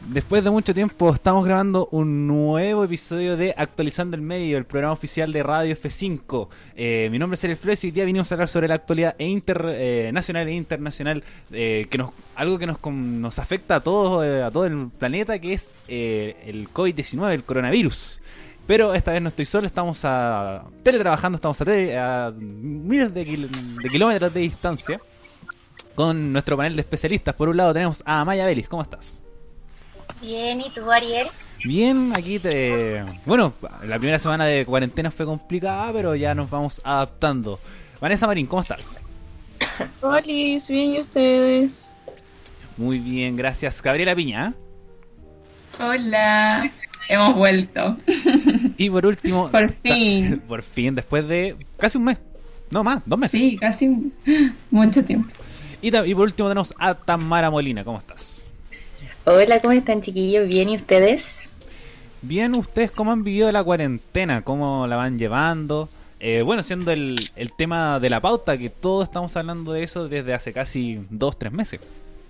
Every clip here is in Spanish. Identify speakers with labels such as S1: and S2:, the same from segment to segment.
S1: después de mucho tiempo estamos grabando un nuevo episodio de Actualizando el Medio, el programa oficial de Radio F5. Mi nombre es Ariel Flores y hoy día vinimos a hablar sobre la actualidad nacional e internacional, algo que nos afecta a todo el planeta, que es el COVID-19, el coronavirus. Pero esta vez no estoy solo, estamos teletrabajando, estamos a miles de kilómetros de distancia con nuestro panel de especialistas. Por un lado tenemos a Amaya Vélez. ¿Cómo estás?
S2: Bien, ¿y tú, Ariel?
S1: Bien, bueno, la primera semana de cuarentena fue complicada, pero ya nos vamos adaptando. Vanessa Marín, ¿cómo estás?
S3: Hola, bien, ¿y ustedes?
S1: Muy bien, gracias. Gabriela Piña.
S4: Hola, hemos vuelto.
S1: Y por último...
S4: Por fin.
S1: Por fin, después de casi un mes. No más, 2 meses.
S4: Sí, mucho tiempo.
S1: Y por último tenemos a Tamara Molina. ¿Cómo estás?
S2: Hola, ¿cómo están, chiquillos? ¿Bien, y ustedes?
S1: Bien, ¿ustedes cómo han vivido la cuarentena? ¿Cómo la van llevando? Bueno, siendo el tema de la pauta, que todos estamos hablando de eso desde hace casi 2-3 meses.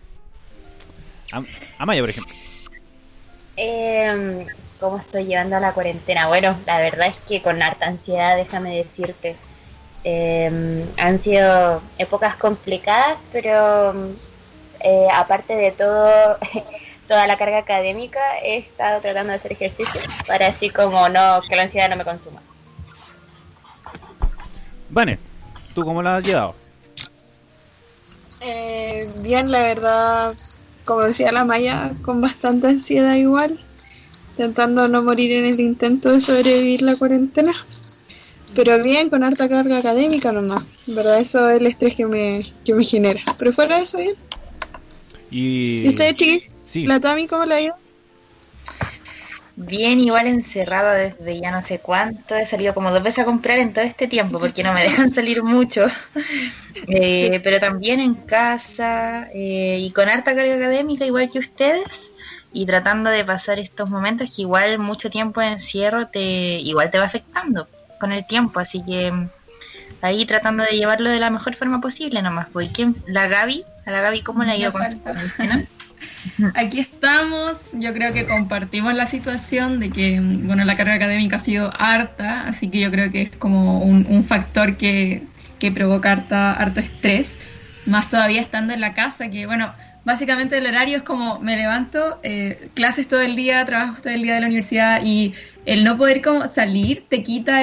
S1: Amaya, por ejemplo.
S2: ¿Cómo estoy llevando la cuarentena? Bueno, la verdad es que con harta ansiedad, déjame decirte. Han sido épocas complicadas, pero aparte de todo, toda la carga académica, he estado tratando de hacer ejercicio para así como que la ansiedad no me consuma.
S1: Vane, ¿tú cómo la has llevado?
S3: Bien, la verdad, como decía la Maya, con bastante ansiedad igual, intentando no morir en el intento de sobrevivir la cuarentena. Pero bien, con harta carga académica nomás. En verdad, eso es el estrés que me genera. Pero fuera de eso, bien. ¿Y ustedes, chiquis?
S1: Sí.
S3: ¿La Tami cómo la ha ido?
S2: Bien, igual encerrada desde ya no sé cuánto. He salido como 2 veces a comprar en todo este tiempo porque no me dejan salir mucho. Pero también en casa y con harta carga académica, igual que ustedes. Y tratando de pasar estos momentos que igual mucho tiempo de encierro igual te va afectando con el tiempo, así que ahí tratando de llevarlo de la mejor forma posible nomás. Pues, a la Gaby, ¿cómo le ha ido con su cuarentena?
S4: Aquí estamos, yo creo que compartimos la situación de que, bueno, la carga académica ha sido harta, así que yo creo que es como un factor que provoca harto estrés, más todavía estando en la casa, que bueno, básicamente el horario es como me levanto, clases todo el día, trabajo todo el día de la universidad, y el no poder como salir te quita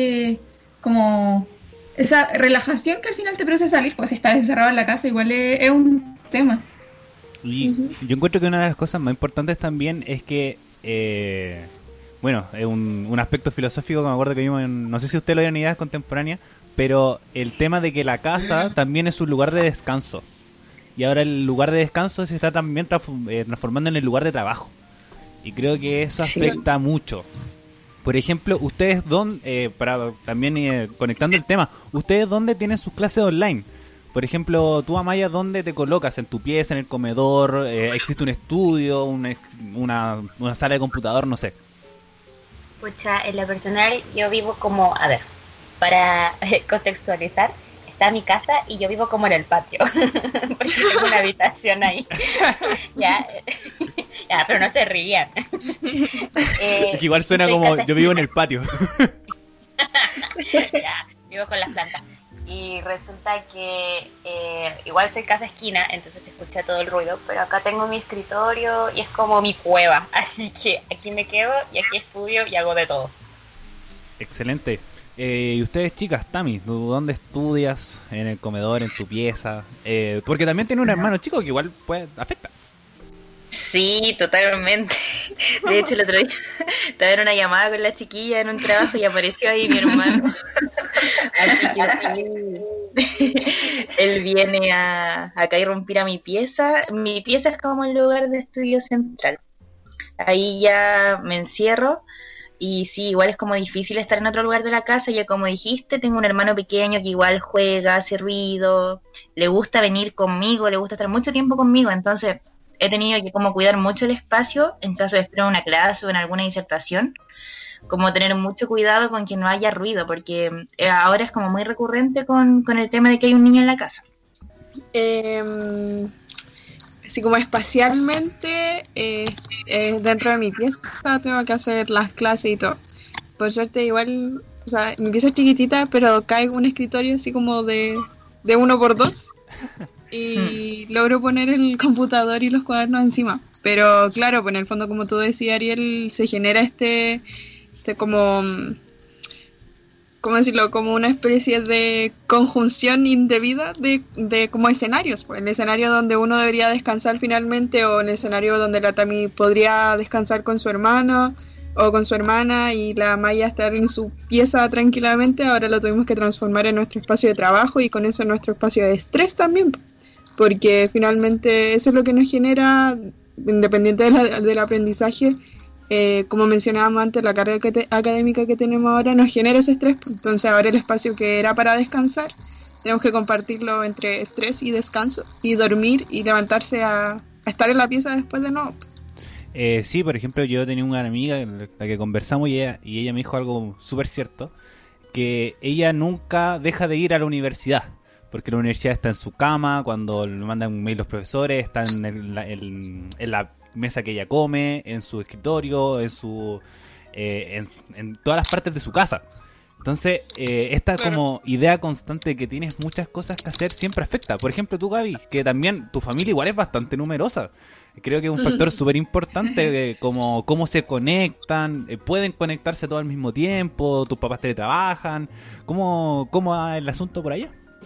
S4: esa relajación que al final te produce salir, pues si estás encerrado en la casa igual es un tema.
S1: Y yo encuentro que una de las cosas más importantes también es que, bueno, es un aspecto filosófico que me acuerdo que vimos no sé si usted lo vio en Ideas Contemporáneas, pero el tema de que la casa también es un lugar de descanso. Y ahora el lugar de descanso se está también transformando en el lugar de trabajo. Y creo que eso afecta mucho. Por ejemplo, ustedes para también conectando el tema, ¿ustedes dónde tienen sus clases online? Por ejemplo, tú, Amaya, ¿dónde te colocas? ¿En tu pieza, en el comedor? ¿Existe un estudio, una sala de computador? No sé.
S2: Pucha, en lo personal yo vivo como, a ver, para contextualizar, está mi casa y yo vivo como en el patio, porque tengo una habitación ahí. Ya, pero no se rían.
S1: Es que igual suena como yo vivo en el patio.
S2: Ya, vivo con las plantas. Y resulta que igual soy casa esquina, entonces se escucha todo el ruido, pero acá tengo mi escritorio y es como mi cueva, así que aquí me quedo y aquí estudio y hago de todo.
S1: Excelente. Y ustedes, chicas, Tami, ¿tú dónde estudias? ¿En el comedor, en tu pieza? Porque también tiene un hermano chico que igual afecta.
S2: Sí, totalmente. De hecho, el otro día estaba en una llamada con la chiquilla en un trabajo y apareció ahí mi hermano. Así que sí, él viene acá a irrumpir a mi pieza. Mi pieza es como el lugar de estudio central. Ahí ya me encierro. Y sí, igual es como difícil estar en otro lugar de la casa. Ya como dijiste, tengo un hermano pequeño que igual juega, hace ruido, le gusta venir conmigo, le gusta estar mucho tiempo conmigo. Entonces he tenido que como cuidar mucho el espacio en caso de estar en una clase o en alguna disertación. Como tener mucho cuidado con que no haya ruido, porque ahora es como muy recurrente con el tema de que hay un niño en la casa.
S3: así como espacialmente, dentro de mi pieza tengo que hacer las clases y todo. Por suerte igual, o sea, mi pieza es chiquitita, pero cae un escritorio así como de 1x2 y logro poner el computador y los cuadernos encima. Pero claro, pues en el fondo, como tú decías, Ariel, se genera este como, ¿cómo decirlo? Como una especie de conjunción indebida de como escenarios. Pues el escenario donde uno debería descansar finalmente, o en el escenario donde la Tami podría descansar con su hermano o con su hermana, y la Maya estar en su pieza tranquilamente, ahora lo tuvimos que transformar en nuestro espacio de trabajo y con eso en nuestro espacio de estrés también, porque finalmente eso es lo que nos genera, independiente del aprendizaje, como mencionábamos antes, la carga académica que tenemos ahora nos genera ese estrés. Entonces ahora el espacio que era para descansar tenemos que compartirlo entre estrés y descanso, y dormir y levantarse a estar en la pieza después de nuevo.
S1: Sí, por ejemplo, yo tenía una amiga, la que conversamos, y ella me dijo algo súper cierto, que ella nunca deja de ir a la universidad, porque la universidad está en su cama, cuando le mandan un mail los profesores, está en la mesa que ella come, en su escritorio, en todas las partes de su casa. Entonces, esta como idea constante de que tienes muchas cosas que hacer siempre afecta. Por ejemplo, tú, Gaby, que también tu familia igual es bastante numerosa. Creo que es un factor súper importante, como cómo se conectan, pueden conectarse todos al mismo tiempo, tus papás teletrabajan. ¿Cómo va el asunto por allá?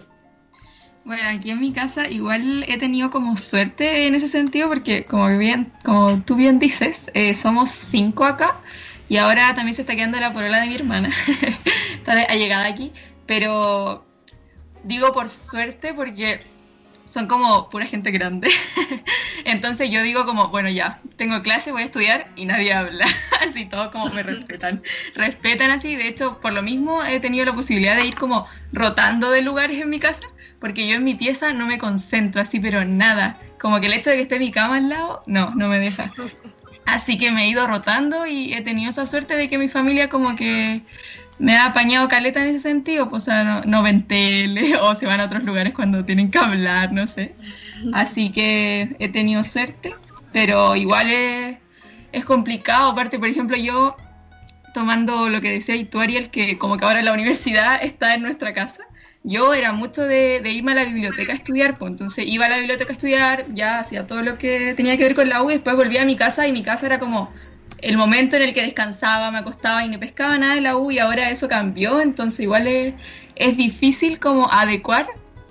S4: Bueno, aquí en mi casa igual he tenido como suerte en ese sentido, porque como tú bien dices, somos 5 acá, y ahora también se está quedando la polola de mi hermana, está allegada aquí, pero digo por suerte porque son como pura gente grande. Entonces yo digo como, bueno, ya, tengo clase, voy a estudiar y nadie habla. Así todos como me respetan así. De hecho, por lo mismo he tenido la posibilidad de ir como rotando de lugares en mi casa, porque yo en mi pieza no me concentro así, pero nada. Como que el hecho de que esté mi cama al lado, no me deja. Así que me he ido rotando y he tenido esa suerte de que mi familia como que me ha apañado caleta en ese sentido, pues, o sea, no ven tele o se van a otros lugares cuando tienen que hablar, no sé. Así que he tenido suerte, pero igual es complicado. Aparte, por ejemplo, yo tomando lo que decía tú, Ariel, que como que ahora la universidad está en nuestra casa, yo era mucho de irme a la biblioteca a estudiar, pues entonces iba a la biblioteca a estudiar, ya hacía todo lo que tenía que ver con la U, y después volvía a mi casa, y mi casa era como el momento en el que descansaba, me acostaba y no pescaba nada de la U, y ahora eso cambió. Entonces igual es difícil como adecuar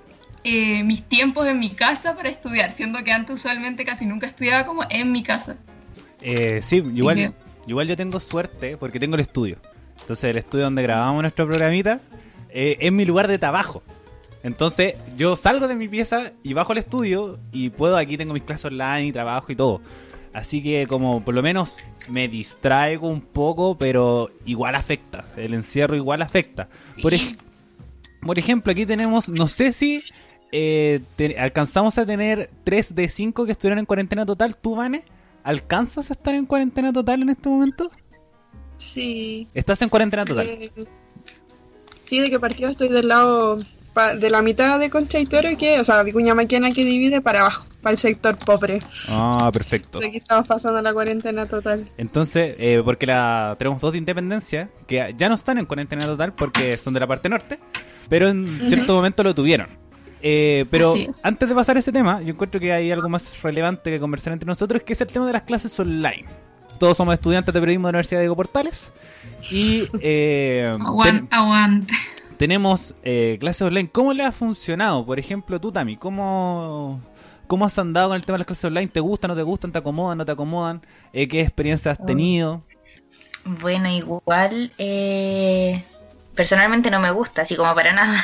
S4: mis tiempos en mi casa para estudiar, siendo que antes usualmente casi nunca estudiaba como en mi casa.
S1: Sí, igual yo tengo suerte porque tengo el estudio. Entonces el estudio donde grabamos nuestro programita es mi lugar de trabajo. Entonces yo salgo de mi pieza y bajo al estudio y aquí tengo mis clases online y trabajo y todo. Así que como por lo menos me distraigo un poco, pero igual afecta. El encierro igual afecta.
S4: Sí.
S1: Por ejemplo, aquí tenemos, no sé si alcanzamos a tener 3 de 5 que estuvieron en cuarentena total. ¿Tú, Vane, alcanzas a estar en cuarentena total en este momento?
S3: Sí.
S1: ¿Estás en cuarentena total?
S3: Sí, de que partido estoy del lado de la mitad de Concha y Toro, o sea, Vicuña Maquena, que divide para abajo, para el sector pobre.
S1: Ah, perfecto.
S3: Entonces aquí estamos pasando la cuarentena total.
S1: Entonces, porque tenemos 2 de Independencia que ya no están en cuarentena total porque son de la parte norte, pero en cierto momento lo tuvieron. Pero antes de pasar a ese tema, yo encuentro que hay algo más relevante que conversar entre nosotros, que es el tema de las clases online. Todos somos estudiantes de periodismo de la Universidad de Diego Portales y
S4: aguante.
S1: Tenemos clases online. ¿Cómo le ha funcionado? Por ejemplo, tú, Tami, ¿cómo has andado con el tema de las clases online? ¿Te gustan, no te gustan? ¿Te acomodan, no te acomodan? ¿Qué experiencias has tenido?
S2: Bueno, igual personalmente no me gusta, así como para nada.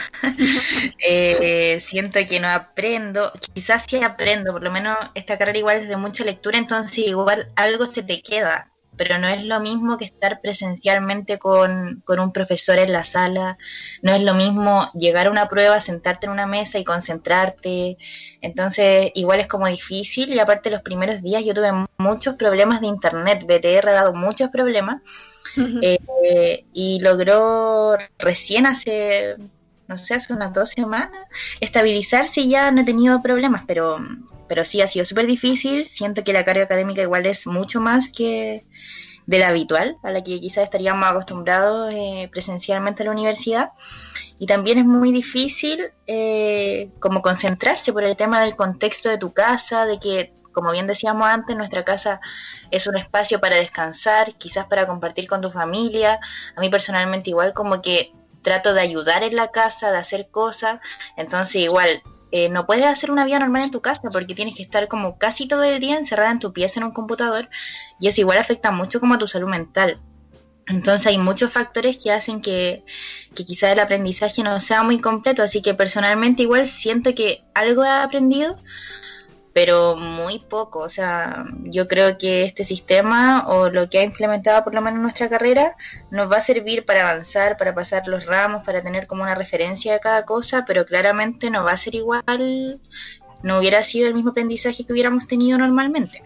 S2: Siento que no aprendo, quizás sí aprendo, por lo menos esta carrera igual es de mucha lectura, entonces igual algo se te queda, pero no es lo mismo que estar presencialmente con un profesor en la sala, no es lo mismo llegar a una prueba, sentarte en una mesa y concentrarte, entonces igual es como difícil, y aparte los primeros días yo tuve muchos problemas de internet, BTR ha dado muchos problemas, y logró recién hace, no sé, hace unas 2 semanas, estabilizarse y ya no he tenido problemas, pero sí ha sido súper difícil. Siento que la carga académica igual es mucho más que de la habitual, a la que quizás estaríamos acostumbrados presencialmente a la universidad. Y también es muy difícil como concentrarse por el tema del contexto de tu casa, de que, como bien decíamos antes, nuestra casa es un espacio para descansar, quizás para compartir con tu familia. A mí personalmente igual como que trato de ayudar en la casa, de hacer cosas, entonces igual no puedes hacer una vida normal en tu casa porque tienes que estar como casi todo el día encerrada en tu pieza en un computador, y eso igual afecta mucho como a tu salud mental. Entonces hay muchos factores que hacen que quizás el aprendizaje no sea muy completo, así que personalmente igual siento que algo he aprendido, pero muy poco. O sea, yo creo que este sistema o lo que ha implementado por lo menos nuestra carrera nos va a servir para avanzar, para pasar los ramos, para tener como una referencia de cada cosa, pero claramente no va a ser igual, no hubiera sido el mismo aprendizaje que hubiéramos tenido normalmente.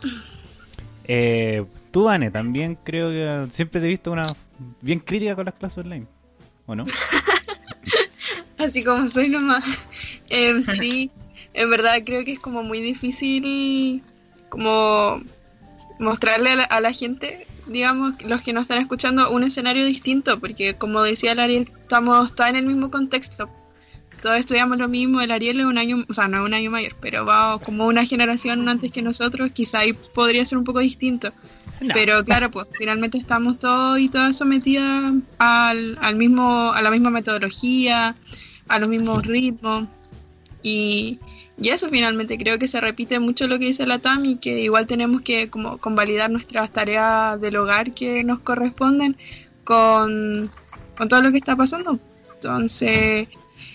S1: Tú, Vane, también creo que siempre te he visto una bien crítica con las clases online, ¿o no?
S3: Así como soy nomás. Sí, en verdad creo que es como muy difícil como mostrarle a la gente, digamos, los que nos están escuchando, un escenario distinto, porque como decía el Ariel, estamos todos en el mismo contexto. Todos estudiamos lo mismo. El Ariel es un año, o sea, no es un año mayor, pero va como una generación antes que nosotros, quizá ahí podría ser un poco distinto. No. Pero claro, pues finalmente estamos todos y todas sometidas a la misma metodología, a los mismos ritmos, y eso finalmente creo que se repite mucho lo que dice la Tami, que igual tenemos que como convalidar nuestras tareas del hogar que nos corresponden con todo lo que está pasando. Entonces,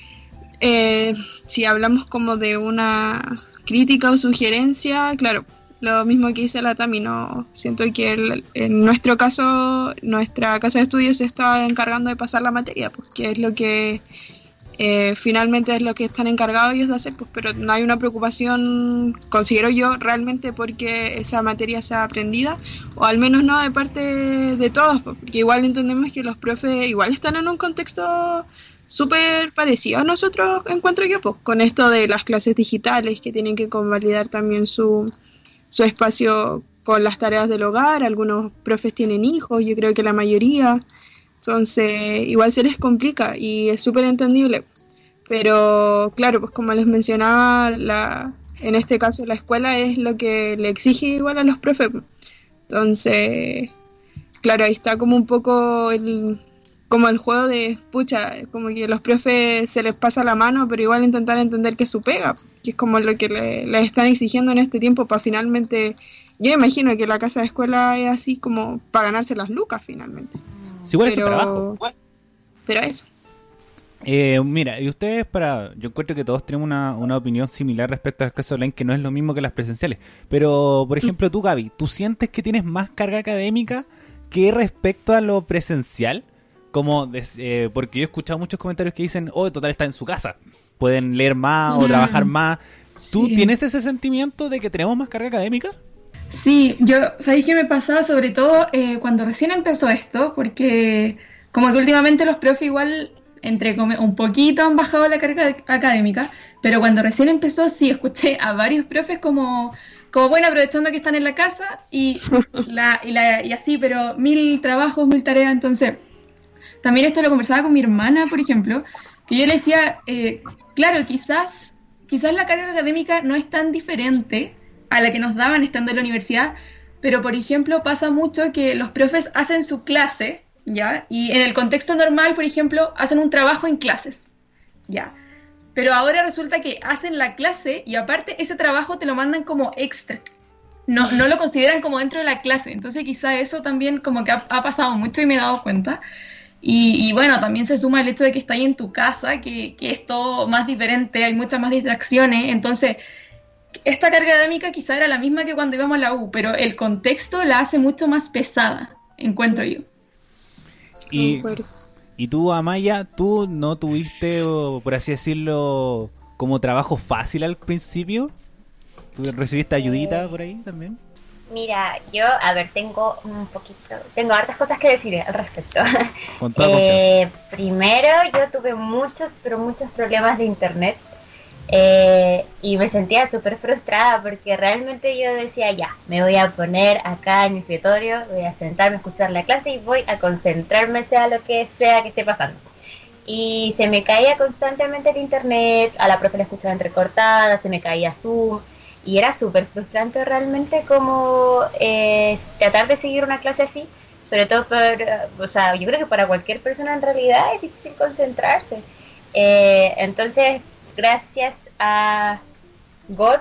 S3: si hablamos como de una crítica o sugerencia, claro, lo mismo que dice la Tami, no siento que en nuestro caso, nuestra casa de estudios se está encargando de pasar la materia, pues que es lo que finalmente es lo que están encargados ellos de hacer, pues, pero no hay una preocupación, considero yo, realmente porque esa materia sea aprendida, o al menos no de parte de todos, pues, porque igual entendemos que los profes igual están en un contexto súper parecido a nosotros, encuentro yo, pues, con esto de las clases digitales, que tienen que convalidar también su espacio con las tareas del hogar. Algunos profes tienen hijos, yo creo que la mayoría, entonces igual se les complica y es súper entendible. Pero claro, pues como les mencionaba, en este caso la escuela es lo que le exige igual a los profes. Entonces, claro, ahí está como un poco el juego de, pucha, como que a los profes se les pasa la mano, pero igual intentar entender que es su pega, que es como lo que les están exigiendo en este tiempo para finalmente, yo imagino que la casa de escuela es así como para ganarse las lucas finalmente.
S1: Sí, igual es su trabajo.
S3: Pero eso.
S1: Mira, y ustedes yo encuentro que todos tenemos una opinión similar respecto a las clases online, que no es lo mismo que las presenciales. Pero, por ejemplo, tú, Gaby, ¿tú sientes que tienes más carga académica que respecto a lo presencial? Porque yo he escuchado muchos comentarios que dicen, total, está en su casa, pueden leer más o trabajar más. ¿Tú tienes ese sentimiento de que tenemos más carga académica?
S4: Sí, ¿sabéis qué me pasaba? Sobre todo cuando recién empezó esto, porque como que últimamente los profes igual, un poquito han bajado la carga académica, pero cuando recién empezó, sí, escuché a varios profes como bueno, aprovechando que están en la casa y así, pero 1000 trabajos, 1000 tareas. Entonces, también esto lo conversaba con mi hermana, por ejemplo, que yo le decía, claro, quizás la carga académica no es tan diferente a la que nos daban estando en la universidad, pero por ejemplo pasa mucho que los profes hacen su clase, ¿ya? Y en el contexto normal, por ejemplo, hacen un trabajo en clases, ¿ya? Pero ahora resulta que hacen la clase y aparte ese trabajo te lo mandan como extra. No lo consideran como dentro de la clase. Entonces quizá eso también como que ha pasado mucho y me he dado cuenta. Y bueno, también se suma el hecho de que estás ahí en tu casa, que es todo más diferente, hay muchas más distracciones. Entonces, esta carga académica quizá era la misma que cuando íbamos a la U, pero el contexto la hace mucho más pesada, encuentro yo.
S1: Y tú, Amaya, ¿tú no tuviste, por así decirlo, como trabajo fácil al principio? ¿Tú recibiste ayudita por ahí también?
S5: Mira, yo, a ver, tengo hartas cosas que decir al respecto.
S1: Con toda confianza.
S5: Primero, yo tuve muchos, pero muchos problemas de internet. Y me sentía súper frustrada porque realmente yo decía, ya, me voy a poner acá en mi escritorio, voy a sentarme a escuchar la clase y voy a concentrarme sea lo que sea que esté pasando. Y se me caía constantemente el internet, a la profe la escuchaba entrecortada, se me caía Zoom, y era súper frustrante realmente como tratar de seguir una clase así, sobre todo o sea, yo creo que para cualquier persona en realidad es difícil concentrarse. Entonces, gracias a God,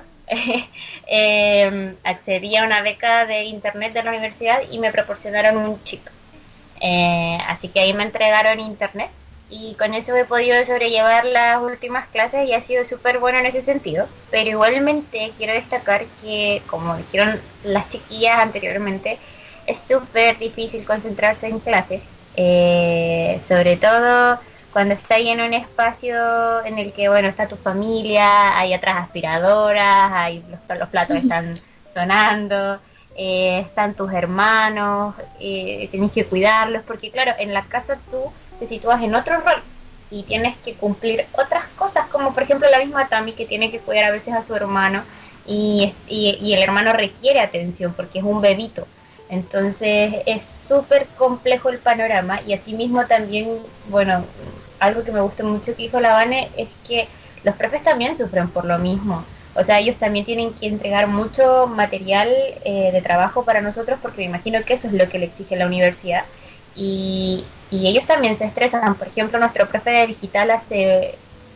S5: accedí a una beca de internet de la universidad y me proporcionaron un chip. Así que ahí me entregaron internet y con eso he podido sobrellevar las últimas clases y ha sido súper bueno en ese sentido. Pero igualmente quiero destacar que, como dijeron las chiquillas anteriormente, es súper difícil concentrarse en clases, sobre todo cuando estás en un espacio en el que, bueno, está tu familia, hay atrás aspiradoras, hay los platos están sonando, están tus hermanos, tenés que cuidarlos, porque claro, en la casa tú te sitúas en otro rol y tienes que cumplir otras cosas, como por ejemplo la misma Tami que tiene que cuidar a veces a su hermano y el hermano requiere atención porque es un bebito. Entonces es súper complejo el panorama y asimismo también, bueno, algo que me gusta mucho que dijo la Vane es que los profes también sufren por lo mismo. O sea, ellos también tienen que entregar mucho material de trabajo para nosotros porque me imagino que eso es lo que le exige la universidad. Y ellos también se estresan. Por ejemplo, nuestro profe de digital hace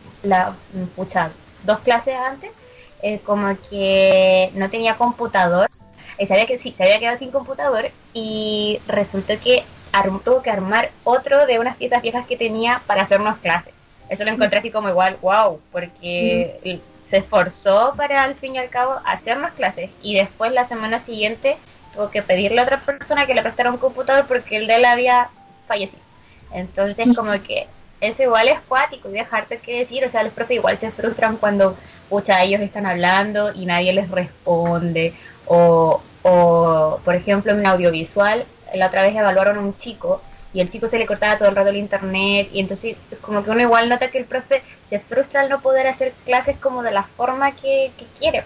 S5: 2 clases antes, como que no tenía computador. Sabía que sí, se había quedado sin computador y resultó que tuvo que armar otro de unas piezas viejas que tenía para hacernos clases. Eso lo encontré así como igual, wow, porque se esforzó para al fin y al cabo hacernos clases y después la semana siguiente tuvo que pedirle a otra persona que le prestara un computador porque el de él había fallecido. Entonces como que eso igual es cuático y dejarte que decir, o sea, los profes igual se frustran cuando ellos están hablando y nadie les responde. O por ejemplo, en audiovisual, la otra vez evaluaron a un chico y el chico se le cortaba todo el rato el internet y entonces como que uno igual nota que el profe se frustra al no poder hacer clases como de la forma que quiere.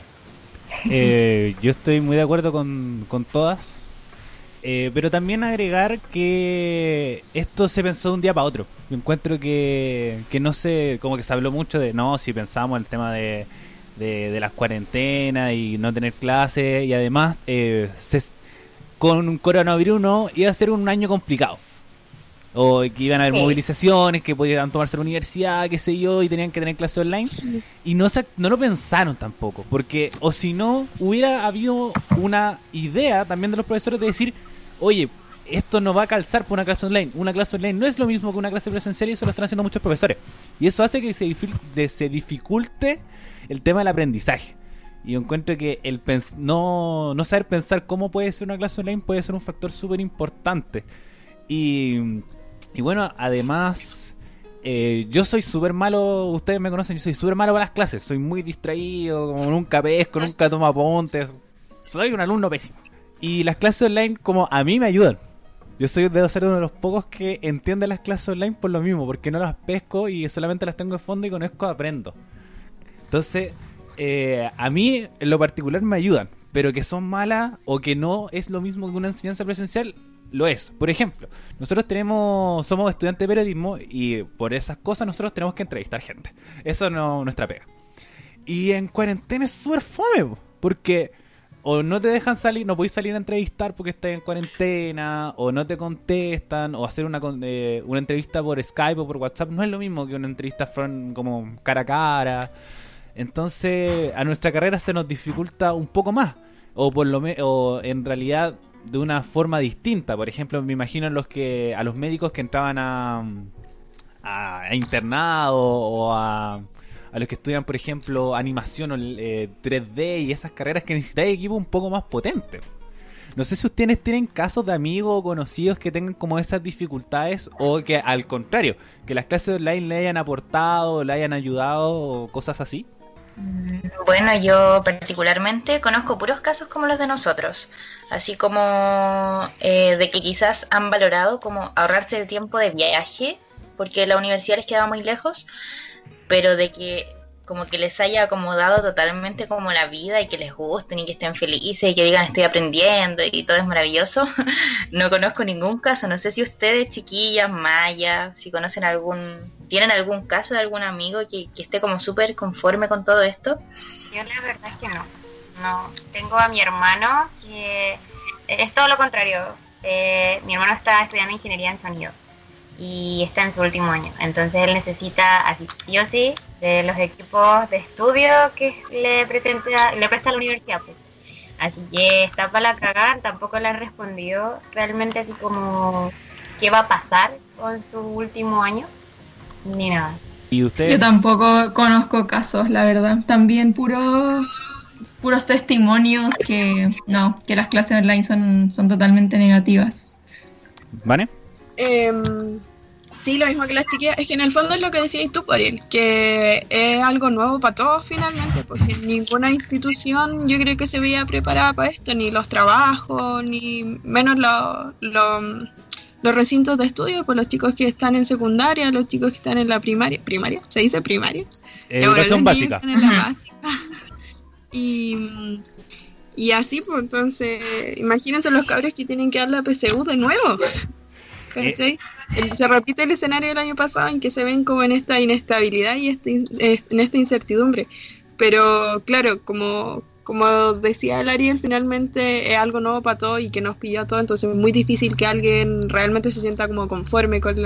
S1: Yo estoy muy de acuerdo con todas, pero también agregar que esto se pensó de un día para otro. Yo encuentro que no sé, como que se habló mucho de, no, si pensábamos en el tema de las cuarentenas y no tener clases y además con un coronavirus no iba a ser un año complicado o que iban a haber movilizaciones, que podían tomarse la universidad, qué sé yo, y tenían que tener clases online y no lo pensaron tampoco, porque o si no hubiera habido una idea también de los profesores de decir, oye, esto no va a calzar por una clase online no es lo mismo que una clase presencial y eso lo están haciendo muchos profesores y eso hace que se dificulte el tema del aprendizaje. Y yo encuentro que el no saber pensar cómo puede ser una clase online puede ser un factor súper importante. Y bueno, además, yo soy súper malo, ustedes me conocen, yo soy súper malo para las clases. Soy muy distraído, como nunca pesco, nunca tomo apuntes. Soy un alumno pésimo. Y las clases online como a mí me ayudan. Yo debo ser uno de los pocos que entiende las clases online por lo mismo, porque no las pesco y solamente las tengo de fondo y con esto aprendo. Entonces, a mí en lo particular me ayudan, pero que son malas o que no es lo mismo que una enseñanza presencial, lo es. Por ejemplo, nosotros somos estudiantes de periodismo y por esas cosas nosotros tenemos que entrevistar gente. Eso no es nuestra pega. Y en cuarentena es súper fome, porque o no te dejan salir, no podéis salir a entrevistar porque estás en cuarentena, o no te contestan, o hacer una entrevista por Skype o por WhatsApp no es lo mismo que una entrevista como cara a cara. Entonces a nuestra carrera se nos dificulta un poco más, o en realidad de una forma distinta. Por ejemplo, me imagino a los médicos que entraban a internado o a los que estudian, por ejemplo, animación 3D y esas carreras que necesitan equipo un poco más potente. No sé si ustedes tienen casos de amigos o conocidos que tengan como esas dificultades o que al contrario, que las clases online le hayan aportado, le hayan ayudado o cosas así.
S2: Bueno, yo particularmente conozco puros casos como los de nosotros, así como de que quizás han valorado como ahorrarse el tiempo de viaje, porque la universidad les quedaba muy lejos, pero de que como que les haya acomodado totalmente como la vida y que les gusten y que estén felices y que digan estoy aprendiendo y todo es maravilloso. No conozco ningún caso, no sé si ustedes, chiquillas, Maya, si conocen tienen algún caso de algún amigo que esté como súper conforme con todo esto.
S5: Yo la verdad es que no, tengo a mi hermano que es todo lo contrario. Mi hermano está estudiando ingeniería en sonido y está en su último año, entonces él necesita así sí o sí de los equipos de estudio que le presta la universidad, pues. Así que está para la cagar, tampoco le han respondido realmente así como qué va a pasar con su último año, ni nada.
S1: ¿Y usted?
S4: Yo tampoco conozco casos, la verdad. También puros testimonios que las clases online son totalmente negativas.
S1: ¿Vane?
S3: Sí, lo mismo que las chiquillas. Es que en el fondo es lo que decías tú, Ariel, que es algo nuevo para todos finalmente, porque ninguna institución yo creo que se veía preparada para esto, ni los trabajos, ni menos los recintos de estudio, pues los chicos que están en secundaria, los chicos que están en la primaria, ¿se dice primaria?
S1: Educación básica.
S3: Están en la básica. Y así, pues entonces, imagínense los cabros que tienen que dar la PSU de nuevo. ¿Cachai? Se repite el escenario del año pasado en que se ven como en esta inestabilidad y en esta incertidumbre. Pero claro, como decía el Ariel, finalmente es algo nuevo para todos y que nos pilló a todos, entonces es muy difícil que alguien realmente se sienta como conforme con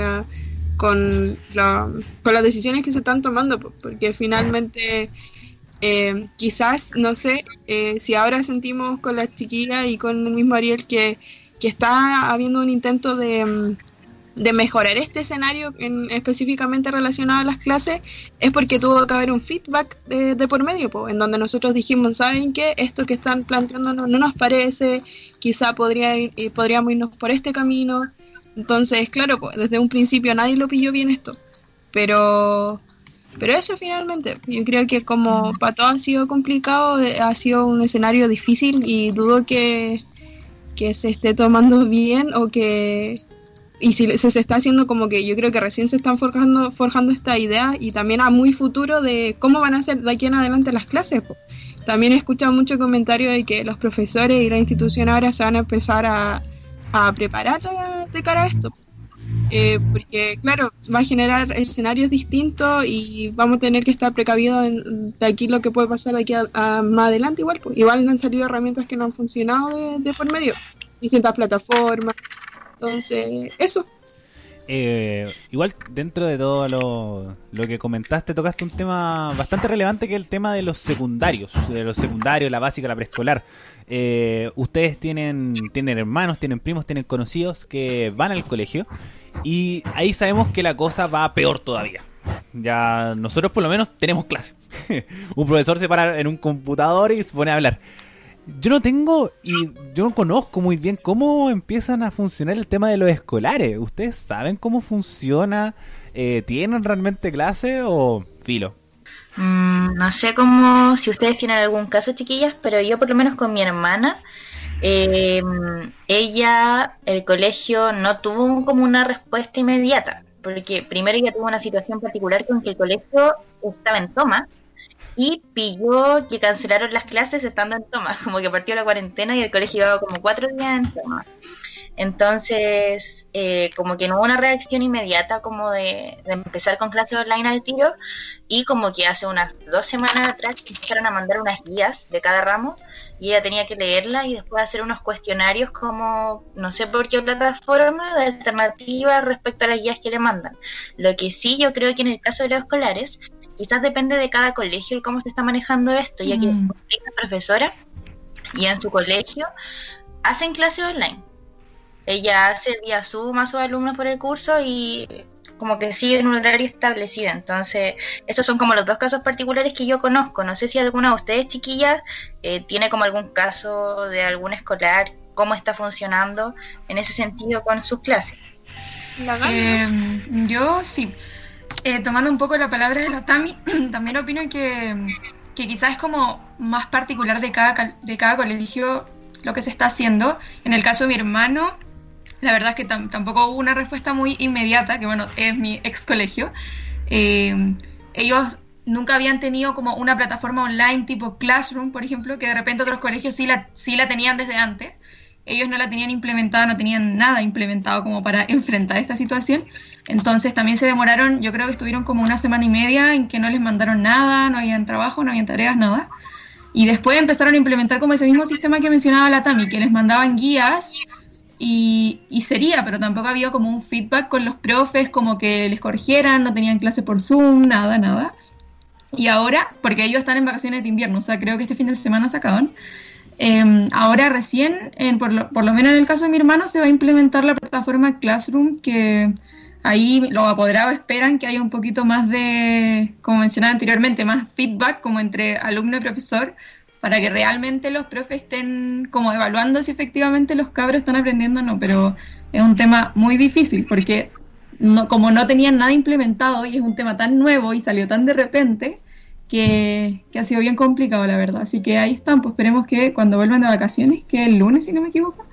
S3: las decisiones que se están tomando, porque finalmente quizás, no sé, si ahora sentimos con las chiquillas y con el mismo Ariel que está habiendo un intento de mejorar este escenario específicamente relacionado a las clases, es porque tuvo que haber un feedback de por medio, en donde nosotros dijimos, ¿saben qué? Esto que están planteando no nos parece, quizá podríamos irnos por este camino. Entonces, claro, desde un principio nadie lo pilló bien esto, pero eso finalmente, yo creo que como para todos ha sido complicado, ha sido un escenario difícil y dudo que se esté tomando bien y si se está haciendo como que yo creo que recién se están forjando esta idea y también a muy futuro de cómo van a ser de aquí en adelante las clases. También he escuchado mucho comentario de que los profesores y la institución ahora se van a empezar a preparar de cara a esto. Porque claro, va a generar escenarios distintos y vamos a tener que estar precavidos de aquí lo que puede pasar de aquí a más adelante igual han salido herramientas que no han funcionado de por medio, distintas plataformas, entonces eso.
S1: Igual dentro de todo lo que comentaste, tocaste un tema bastante relevante, que es el tema de los secundarios, la básica, la preescolar. Ustedes tienen hermanos, tienen primos, tienen conocidos que van al colegio y ahí sabemos que la cosa va peor todavía. Ya nosotros por lo menos tenemos clase. Un profesor se para en un computador y se pone a hablar. Yo no conozco muy bien cómo empiezan a funcionar el tema de los escolares. ¿Ustedes saben cómo funciona? ¿Tienen realmente clase o filo?
S2: No sé si ustedes tienen algún caso, chiquillas, pero yo por lo menos con mi hermana, ella, el colegio no tuvo como una respuesta inmediata, porque primero ella tuvo una situación particular con que el colegio estaba en toma y pilló que cancelaron las clases estando en toma, como que partió la cuarentena y el colegio llevaba como 4 días en toma. Entonces, como que no hubo una reacción inmediata como de empezar con clases online al tiro, y como que hace unas 2 semanas atrás empezaron a mandar unas guías de cada ramo y ella tenía que leerla y después hacer unos cuestionarios como, no sé por qué plataforma, de alternativas respecto a las guías que le mandan. Lo que sí yo creo que en el caso de los escolares, quizás depende de cada colegio y cómo se está manejando esto, ya que una profesora y en su colegio hacen clases online. Ella hace vía Zoom a sus alumnos por el curso y como que sigue en un horario establecido. Entonces, esos son como los 2 casos particulares que yo conozco. No sé si alguna de ustedes, chiquillas, tiene como algún caso de algún escolar, cómo está funcionando en ese sentido con sus clases.
S4: Yo sí. Tomando un poco la palabra de la Tami, también opino que que quizás es como más particular de cada colegio lo que se está haciendo. En el caso de mi hermano, la verdad es que tampoco hubo una respuesta muy inmediata, que bueno, es mi ex colegio. Ellos nunca habían tenido como una plataforma online tipo Classroom, por ejemplo, que de repente otros colegios sí la tenían desde antes. Ellos no la tenían implementada, no tenían nada implementado como para enfrentar esta situación. Entonces también se demoraron, yo creo que estuvieron como 1 semana y media en que no les mandaron nada, no habían trabajo, no habían tareas, nada. Y después empezaron a implementar como ese mismo sistema que mencionaba la Tami, que les mandaban guías y sería, pero tampoco había como un feedback con los profes, como que les corrigieran, no tenían clase por Zoom, nada. Y ahora, porque ellos están en vacaciones de invierno, o sea, creo que este fin de semana se acaban. Ahora recién, por lo menos en el caso de mi hermano, se va a implementar la plataforma Classroom, que ahí los apoderados esperan que haya un poquito más de, como mencionaba anteriormente, más feedback como entre alumno y profesor, para que realmente los profes estén como evaluando si efectivamente los cabros están aprendiendo o no, pero es un tema muy difícil, porque como no tenían nada implementado y es un tema tan nuevo y salió tan de repente, que ha sido bien complicado, la verdad. Así que ahí están, pues esperemos que cuando vuelvan de vacaciones, que el lunes, si no me equivoco,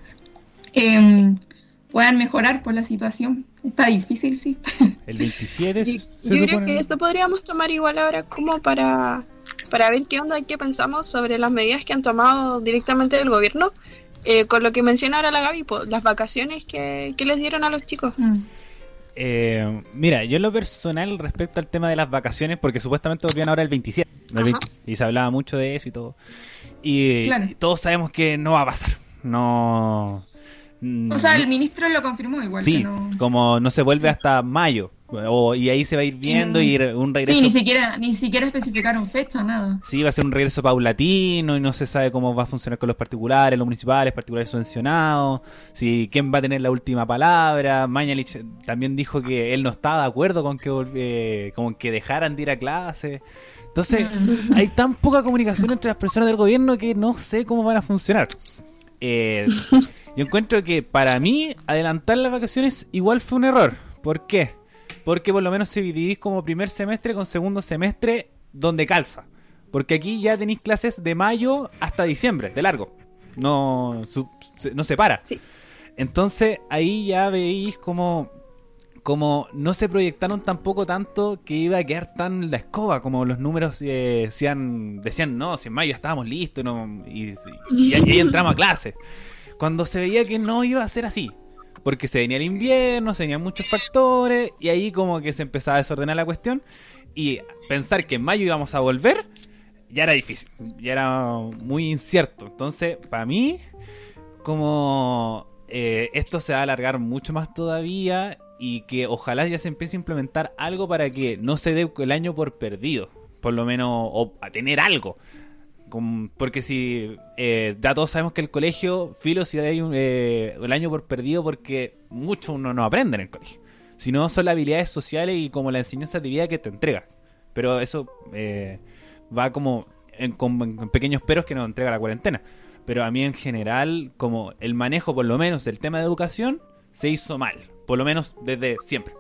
S4: puedan mejorar por la situación. Está difícil, sí.
S1: El 27
S3: yo creo que eso podríamos tomar igual ahora como para ver qué onda, qué pensamos sobre las medidas que han tomado directamente del gobierno, con lo que menciona ahora la Gaby, pues, las vacaciones que les dieron a los chicos.
S1: Mira, yo en lo personal respecto al tema de las vacaciones, porque supuestamente volvían ahora el 27 y se hablaba mucho de eso y todo, y todos sabemos que no va a pasar, no.
S4: O sea, el ministro lo confirmó igual.
S1: Sí,
S4: que no...
S1: como no se vuelve hasta mayo, y ahí se va a ir viendo y un regreso.
S4: Sí, ni siquiera especificaron fecha, nada.
S1: Sí, va a ser un regreso paulatino y no se sabe cómo va a funcionar con los particulares subvencionados, si quién va a tener la última palabra. Mañalich también dijo que él no estaba de acuerdo con que dejaran de ir a clase. Entonces, hay tan poca comunicación entre las personas del gobierno que no sé cómo van a funcionar. Yo encuentro que para mí adelantar las vacaciones igual fue un error. ¿Por qué? Porque por lo menos se dividís como primer semestre con segundo semestre donde calza. Porque aquí ya tenéis clases de mayo hasta diciembre, de largo. No se para. Sí. Entonces ahí ya veis como no se proyectaron tampoco tanto que iba a quedar tan la escoba, como los números decían, no, si en mayo estábamos listos y ahí entramos a clase. Cuando se veía que no iba a ser así, porque se venía el invierno, se venían muchos factores, y ahí como que se empezaba a desordenar la cuestión, y pensar que en mayo íbamos a volver, ya era difícil, ya era muy incierto. Entonces, para mí, como esto se va a alargar mucho más todavía, y que ojalá ya se empiece a implementar algo para que no se dé el año por perdido, por lo menos, o a tener algo. Porque si ya todos sabemos que el colegio, filo, si hay el año por perdido, porque mucho uno no aprende en el colegio. Si no, son las habilidades sociales y como la enseñanza de vida que te entrega. Pero eso va como con pequeños peros que nos entrega la cuarentena. Pero a mí en general, como el manejo por lo menos del tema de educación se hizo mal, por lo menos desde siempre.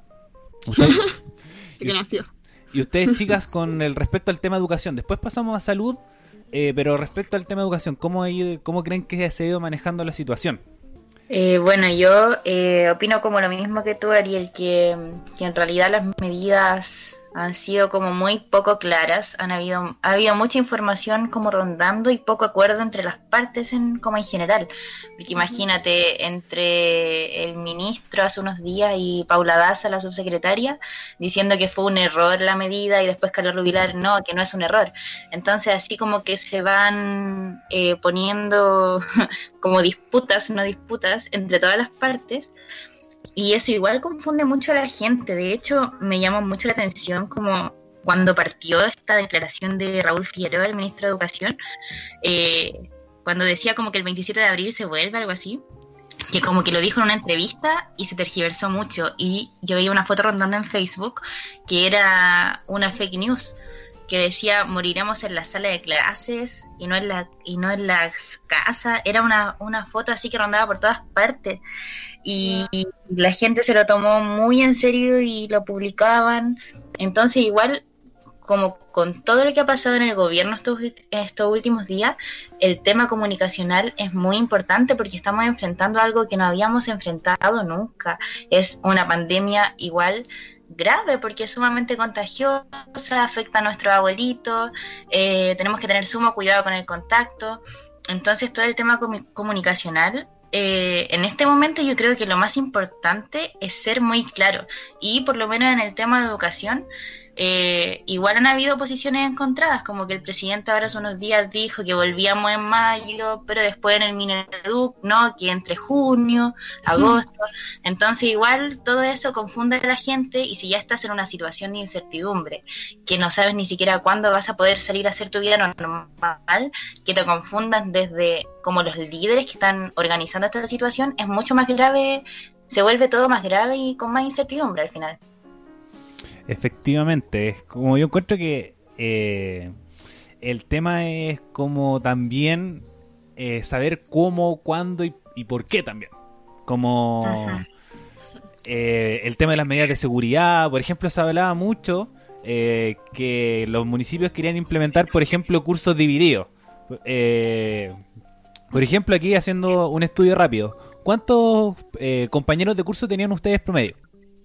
S1: Y ustedes, chicas, con el respecto al tema de educación, después pasamos a salud, pero respecto al tema de educación, ¿cómo creen que se ha ido manejando la situación?
S2: Bueno, yo opino como lo mismo que tú, Ariel, que en realidad las medidas han sido como muy poco claras, ha habido mucha información como rondando y poco acuerdo entre las partes como en general, porque imagínate, entre el ministro hace unos días y Paula Daza, la subsecretaria, diciendo que fue un error la medida, y después Carlos Rubilar, no, que no es un error. Entonces así como que se van poniendo como disputas entre todas las partes. Y eso igual confunde mucho a la gente. De hecho, me llamó mucho la atención como cuando partió esta declaración de Raúl Figueroa, el ministro de Educación, cuando decía como que el 27 de abril se vuelve, algo así, que como que lo dijo en una entrevista y se tergiversó mucho. Y yo veía una foto rondando en Facebook que era una fake news, que decía moriremos en la sala de clases y no en las casas. Era una foto así que rondaba por todas partes. Y la gente se lo tomó muy en serio y lo publicaban. Entonces igual como con todo lo que ha pasado en el gobierno estos últimos días, el tema comunicacional es muy importante porque estamos enfrentando algo que no habíamos enfrentado nunca. Es una pandemia igual grave porque es sumamente contagiosa, afecta a nuestros abuelitos, tenemos que tener sumo cuidado con el contacto. Entonces todo el tema comunicacional, en este momento yo creo que lo más importante es ser muy claro, y por lo menos en el tema de educación, igual han habido posiciones encontradas, como que el presidente ahora hace unos días dijo que volvíamos en mayo, pero después en el Mineduc, no, que entre junio, agosto. Entonces igual todo eso confunde a la gente, y si ya estás en una situación de incertidumbre, que no sabes ni siquiera cuándo vas a poder salir a hacer tu vida normal, que te confundan desde como los líderes que están organizando esta situación, es mucho más grave, se vuelve todo más grave y con más incertidumbre al final.
S1: Efectivamente, es como yo encuentro que el tema es como también saber cómo, cuándo y por qué también. Como el tema de las medidas de seguridad, por ejemplo, se hablaba mucho que los municipios querían implementar, por ejemplo, cursos divididos. Por ejemplo, aquí haciendo un estudio rápido, ¿cuántos compañeros de curso tenían ustedes promedio?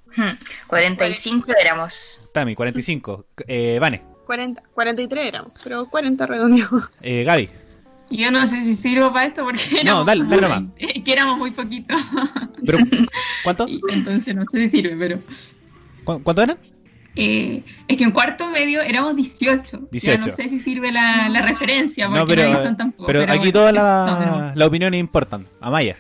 S2: 45 éramos.
S1: Tami, 45. Vane.
S3: 43 éramos, pero 40 redondeamos.
S1: Gaby.
S4: Yo no sé si sirvo para esto porque
S1: No, dale nomás.
S4: Que éramos muy poquitos.
S1: Pero, ¿cuánto?
S4: Entonces no sé si sirve, pero...
S1: ¿Cuánto eran?
S4: Es que en cuarto medio éramos 18.
S1: 18.
S4: Ya no sé si sirve la referencia, porque
S1: No, pero,
S4: no son tampoco.
S1: pero aquí
S4: bueno,
S1: todas las opiniones importan. Amaya.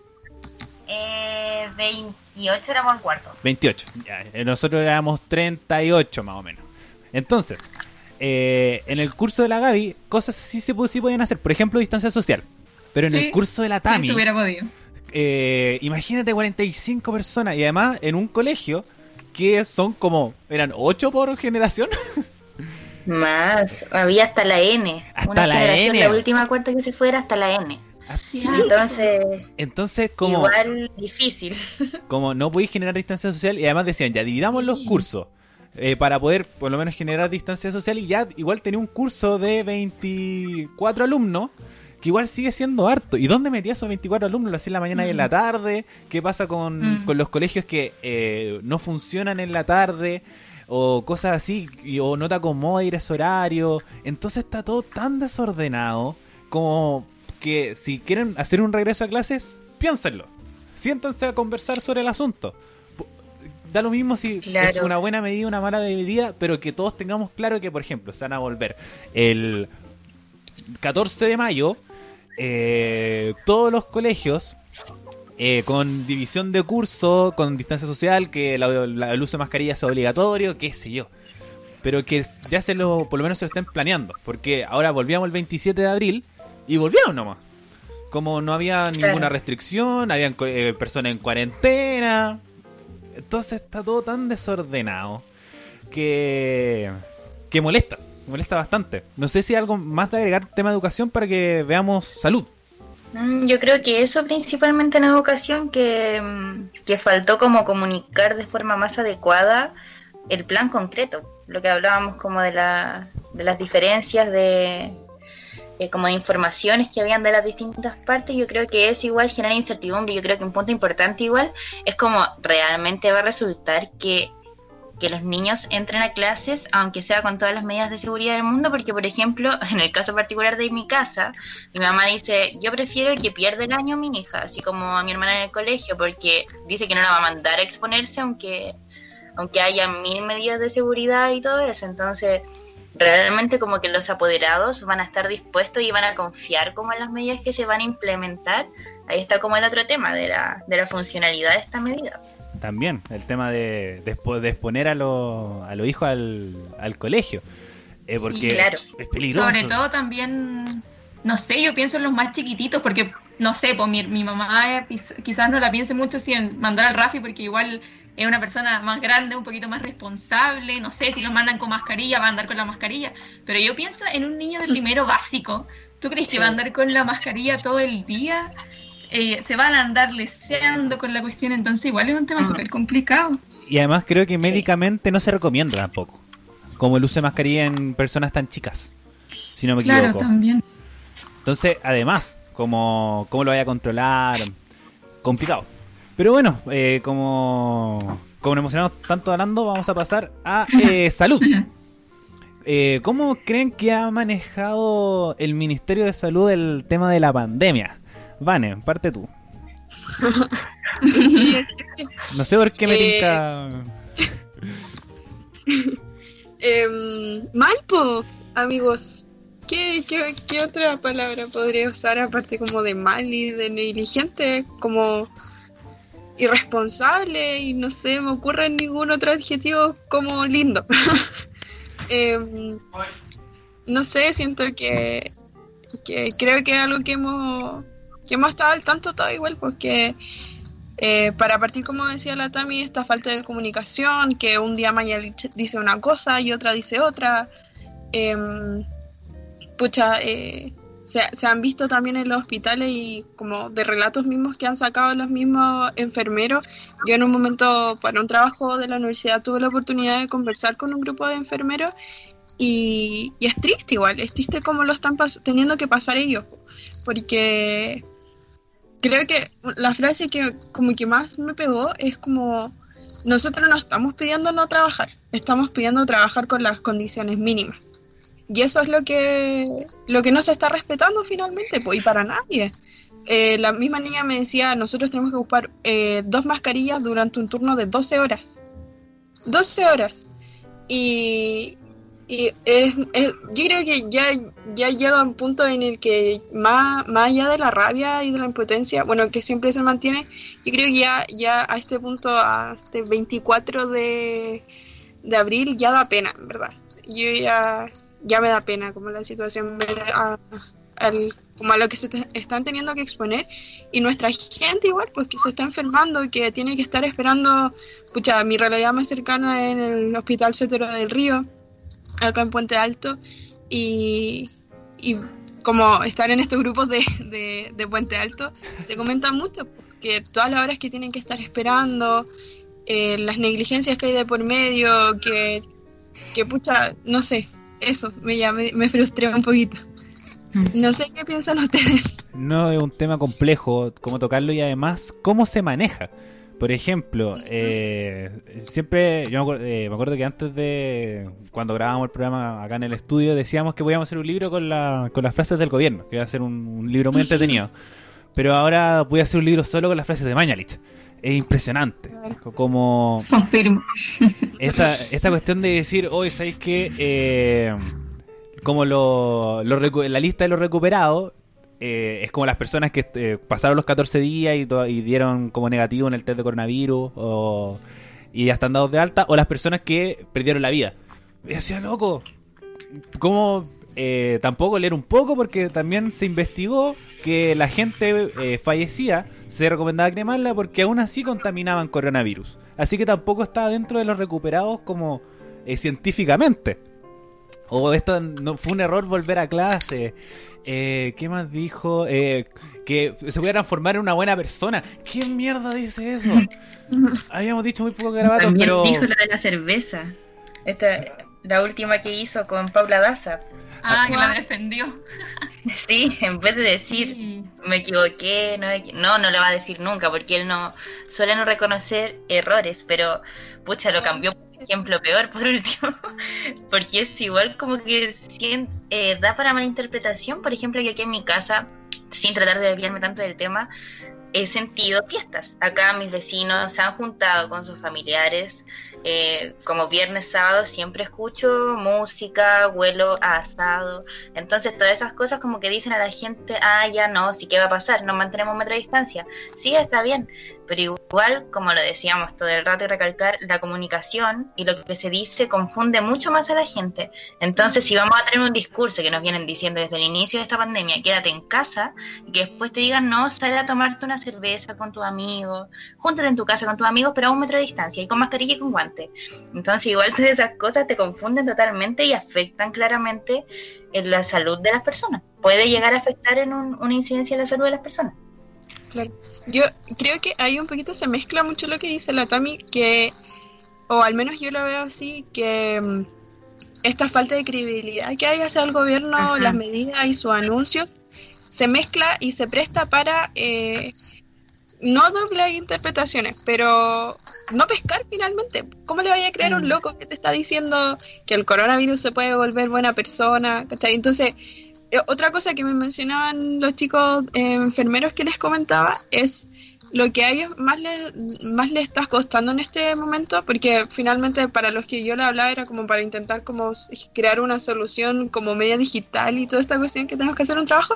S5: 28 éramos en cuarto.
S1: 28. Ya, nosotros éramos 38 más o menos. Entonces, en el curso de la Gaby, cosas así sí podían hacer. Por ejemplo, distancia social. Pero en el curso de la Tami,
S4: sí, hubiera podido.
S1: Imagínate 45 personas. Y además en un colegio que son como... ¿Eran 8 por generación?
S2: Más. Había hasta la N.
S1: Hasta
S2: una
S1: la
S2: generación,
S1: N.
S2: la última cuarta que se fuera hasta la N. Entonces como igual difícil.
S1: Como no podéis generar distancia social, y además decían, ya dividamos los cursos para poder por lo menos generar distancia social, y ya igual tenía un curso de 24 alumnos, que igual sigue siendo harto. ¿Y dónde metía esos 24 alumnos? ¿Lo hacía en la mañana y en la tarde? ¿Qué pasa con los colegios que no funcionan en la tarde? O cosas así, o no te acomoda ir a ese horario. Entonces está todo tan desordenado como... que si quieren hacer un regreso a clases, piénsenlo. Siéntense a conversar sobre el asunto. Da lo mismo si es una buena medida, una mala medida, pero que todos tengamos claro que, por ejemplo, se van a volver el 14 de mayo, todos los colegios, con división de curso, con distancia social, que el uso de mascarilla sea obligatorio, qué sé yo. Pero que ya por lo menos se lo estén planeando. Porque ahora volvíamos el 27 de abril, y volvíamos nomás. Como no había ninguna restricción, habían personas en cuarentena. Entonces está todo tan desordenado que molesta bastante. No sé si hay algo más de agregar tema de educación para que veamos salud.
S2: Yo creo que eso principalmente en educación, que faltó como comunicar de forma más adecuada el plan concreto. Lo que hablábamos como de las diferencias como de informaciones que habían de las distintas partes. Yo creo que eso igual genera incertidumbre. Yo creo que un punto importante igual es como realmente va a resultar que los niños entren a clases, aunque sea con todas las medidas de seguridad del mundo, porque por ejemplo, en el caso particular de mi casa, mi mamá dice, yo prefiero que pierda el año mi hija, así como a mi hermana en el colegio, porque dice que no la va a mandar a exponerse aunque haya 1000 medidas de seguridad y todo eso. Entonces realmente como que los apoderados van a estar dispuestos y van a confiar como en las medidas que se van a implementar. Ahí está como el otro tema de la funcionalidad de esta medida.
S1: También el tema de exponer a los hijos al colegio, porque
S2: sí, claro,
S1: es peligroso.
S4: Sobre todo también, no sé, yo pienso en los más chiquititos, porque no sé, pues mi mamá quizás no la piense mucho si en mandar al Rafi, porque igual es una persona más grande, un poquito más responsable, no sé, si los mandan con mascarilla, va a andar con la mascarilla, pero yo pienso en un niño de primero básico. ¿Tú crees que va a andar con la mascarilla todo el día? Se van a andar leseando con la cuestión, entonces igual es un tema súper complicado.
S1: Y además creo que médicamente no se recomienda tampoco. como el uso de mascarilla en personas tan chicas, si no me
S4: Claro,
S1: equivoco.
S4: también.
S1: Entonces, además, ¿cómo lo vaya a controlar? Complicado. Pero bueno, como nos emocionamos tanto hablando, vamos a pasar a salud. ¿Cómo creen que ha manejado el Ministerio de Salud el tema de la pandemia? Vane, parte tú. No sé por qué me tinca...
S3: Mal, po, amigos. ¿Qué otra palabra podría usar aparte como de mal y de negligente? Como irresponsable y no sé, me ocurre ningún otro adjetivo como lindo. No sé, siento que creo que es algo que hemos estado al tanto todo igual, porque para partir, como decía la Tami, esta falta de comunicación, que un día Mañalich dice una cosa y otra dice otra, se han visto también en los hospitales y como de relatos mismos que han sacado los mismos enfermeros. Yo en un momento para un trabajo de la universidad tuve la oportunidad de conversar con un grupo de enfermeros y es triste igual, es triste cómo lo están teniendo que pasar ellos, porque creo que la frase que como que más me pegó es como: nosotros no estamos pidiendo no trabajar, estamos pidiendo trabajar con las condiciones mínimas. Y eso es lo que no se está respetando finalmente, pues, y para nadie. La misma niña me decía, nosotros tenemos que ocupar 2 mascarillas durante un turno de 12 horas. 12 horas. Y yo creo que ya llega un punto en el que más allá de la rabia y de la impotencia, bueno, que siempre se mantiene, yo creo que ya a este punto, a este 24 de abril, ya da pena, en verdad. Yo ya me da pena como la situación, como a lo que se están teniendo que exponer, y nuestra gente igual, pues que se está enfermando y que tiene que estar esperando. Pucha, mi realidad más cercana en el Hospital Sotero del Río, acá en Puente Alto, y como estar en estos grupos de Puente Alto, se comenta mucho, pues, que todas las horas que tienen que estar esperando, las negligencias que hay de por medio, que pucha, no sé. Eso, me frustré un poquito. No sé qué piensan ustedes.
S1: No, es un tema complejo cómo tocarlo y además cómo se maneja. Por ejemplo, siempre yo me acuerdo que antes de cuando grabábamos el programa acá en el estudio decíamos que podíamos hacer un libro con las frases del gobierno, que iba a ser un libro muy entretenido. Pero ahora voy a hacer un libro solo con las frases de Mañalich. Es impresionante. Como
S4: confirmo.
S1: Esta cuestión de decir, hoy ¿sabéis qué? Como la lista de los recuperados es como las personas que pasaron los 14 días y dieron como negativo en el test de coronavirus y ya están dados de alta, o las personas que perdieron la vida. Y decía, loco, ¿cómo? Tampoco leer un poco, porque también se investigó que la gente fallecía, se recomendaba cremarla porque aún así contaminaban coronavirus. Así que tampoco estaba dentro de los recuperados como científicamente. O esto no fue un error volver a clase. ¿Qué más dijo? Que se pudiera transformar en una buena persona. ¿Qué mierda dice eso? Habíamos dicho muy poco garabato,
S2: también
S1: pero...
S2: dijo la de la cerveza. La última que hizo con Paula Daza.
S4: Que la defendió.
S2: Sí, en vez de decir me equivoqué, no lo va a decir nunca, porque él suele no reconocer errores, pero pucha, lo cambió por ejemplo peor por último, porque es igual como que da para malinterpretación. Por ejemplo, que aquí en mi casa, sin tratar de desviarme tanto del tema, he sentido fiestas. Acá mis vecinos se han juntado con sus familiares, como viernes, sábado, siempre escucho música, huelo a asado. Entonces todas esas cosas como que dicen a la gente, ya no, sí, ¿qué va a pasar? Nos mantenemos un metro de distancia. Sí, está bien, pero igual, como lo decíamos todo el rato y recalcar, la comunicación y lo que se dice confunde mucho más a la gente. Entonces, si vamos a tener un discurso que nos vienen diciendo desde el inicio de esta pandemia, quédate en casa, y que después te digan, no, sal a tomarte una cerveza con tus amigos, júntate en tu casa con tus amigos, pero a un metro de distancia, y con mascarilla y con guantes. Entonces, igual todas esas cosas te confunden totalmente y afectan claramente en la salud de las personas. Puede llegar a afectar en una incidencia en la salud de las personas.
S3: Claro. Yo creo que ahí un poquito se mezcla mucho lo que dice la Tami, que, o al menos yo lo veo así, que esta falta de credibilidad que hay hacia el gobierno,
S2: Ajá.
S3: las medidas y sus anuncios, se mezcla y se presta para no dobles interpretaciones, pero no pescar finalmente. ¿Cómo le vaya a creer a un loco que te está diciendo que el coronavirus se puede volver buena persona? ¿Cachai? Entonces, otra cosa que me mencionaban los chicos enfermeros que les comentaba es lo que a ellos más les está costando en este momento, porque finalmente para los que yo le hablaba era como para intentar como crear una solución como media digital y toda esta cuestión que tenemos que hacer un trabajo.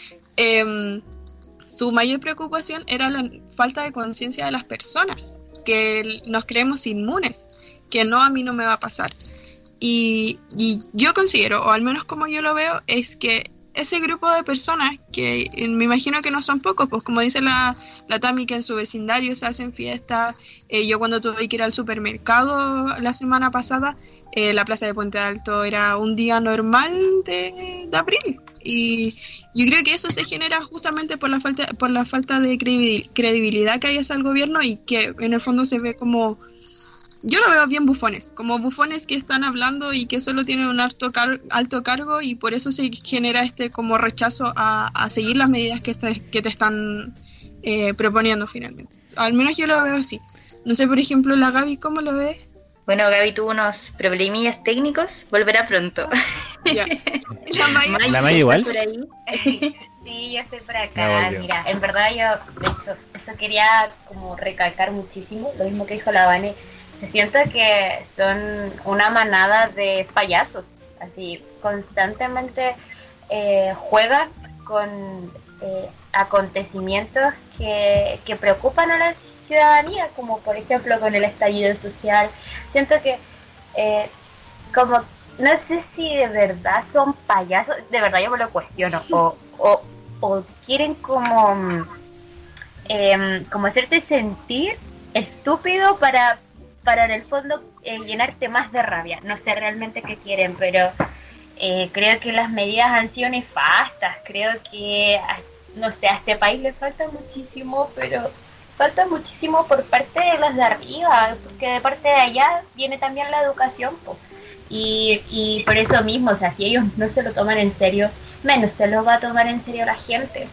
S3: Su mayor preocupación era la falta de conciencia de las personas, que nos creemos inmunes, que no, a mí no me va a pasar. Y yo considero, o al menos como yo lo veo, es que ese grupo de personas, que me imagino que no son pocos, pues como dice la Tami, que en su vecindario se hacen fiestas. Yo cuando tuve que ir al supermercado la semana pasada, la plaza de Puente Alto era un día normal de abril. Y yo creo que eso se genera justamente por la falta de credibilidad que hay hacia el gobierno, y que en el fondo se ve como... Yo lo veo bien bufones, como bufones que están hablando y que solo tienen un alto cargo, y por eso se genera este como rechazo a seguir las medidas que te están proponiendo finalmente. Al menos yo lo veo así. No sé, por ejemplo, la Gaby, ¿cómo lo ve?
S2: Bueno, Gaby tuvo unos problemillas técnicos, volverá pronto.
S3: Ya. La Maya.
S1: ¿La Maya igual?
S2: ¿Por ahí?
S5: Sí, yo estoy por
S1: Ya
S5: acá.
S1: volvió.
S5: Mira, en verdad yo, de hecho, eso quería como recalcar muchísimo, lo mismo que dijo la Vane. Siento que son una manada de payasos, así constantemente juegan con acontecimientos que preocupan a la ciudadanía, como por ejemplo con el estallido social. Siento que como, no sé si de verdad son payasos, de verdad yo me lo cuestiono, o quieren como hacerte sentir estúpido para en el fondo llenarte más de rabia. No sé realmente qué quieren, pero creo que las medidas han sido nefastas. Creo que, no sé, a este país le falta muchísimo, pero falta muchísimo por parte de los de arriba, porque de parte de allá viene también la educación, po. Y por eso mismo, o sea, si ellos no se lo toman en serio, menos se lo va a tomar en serio la gente.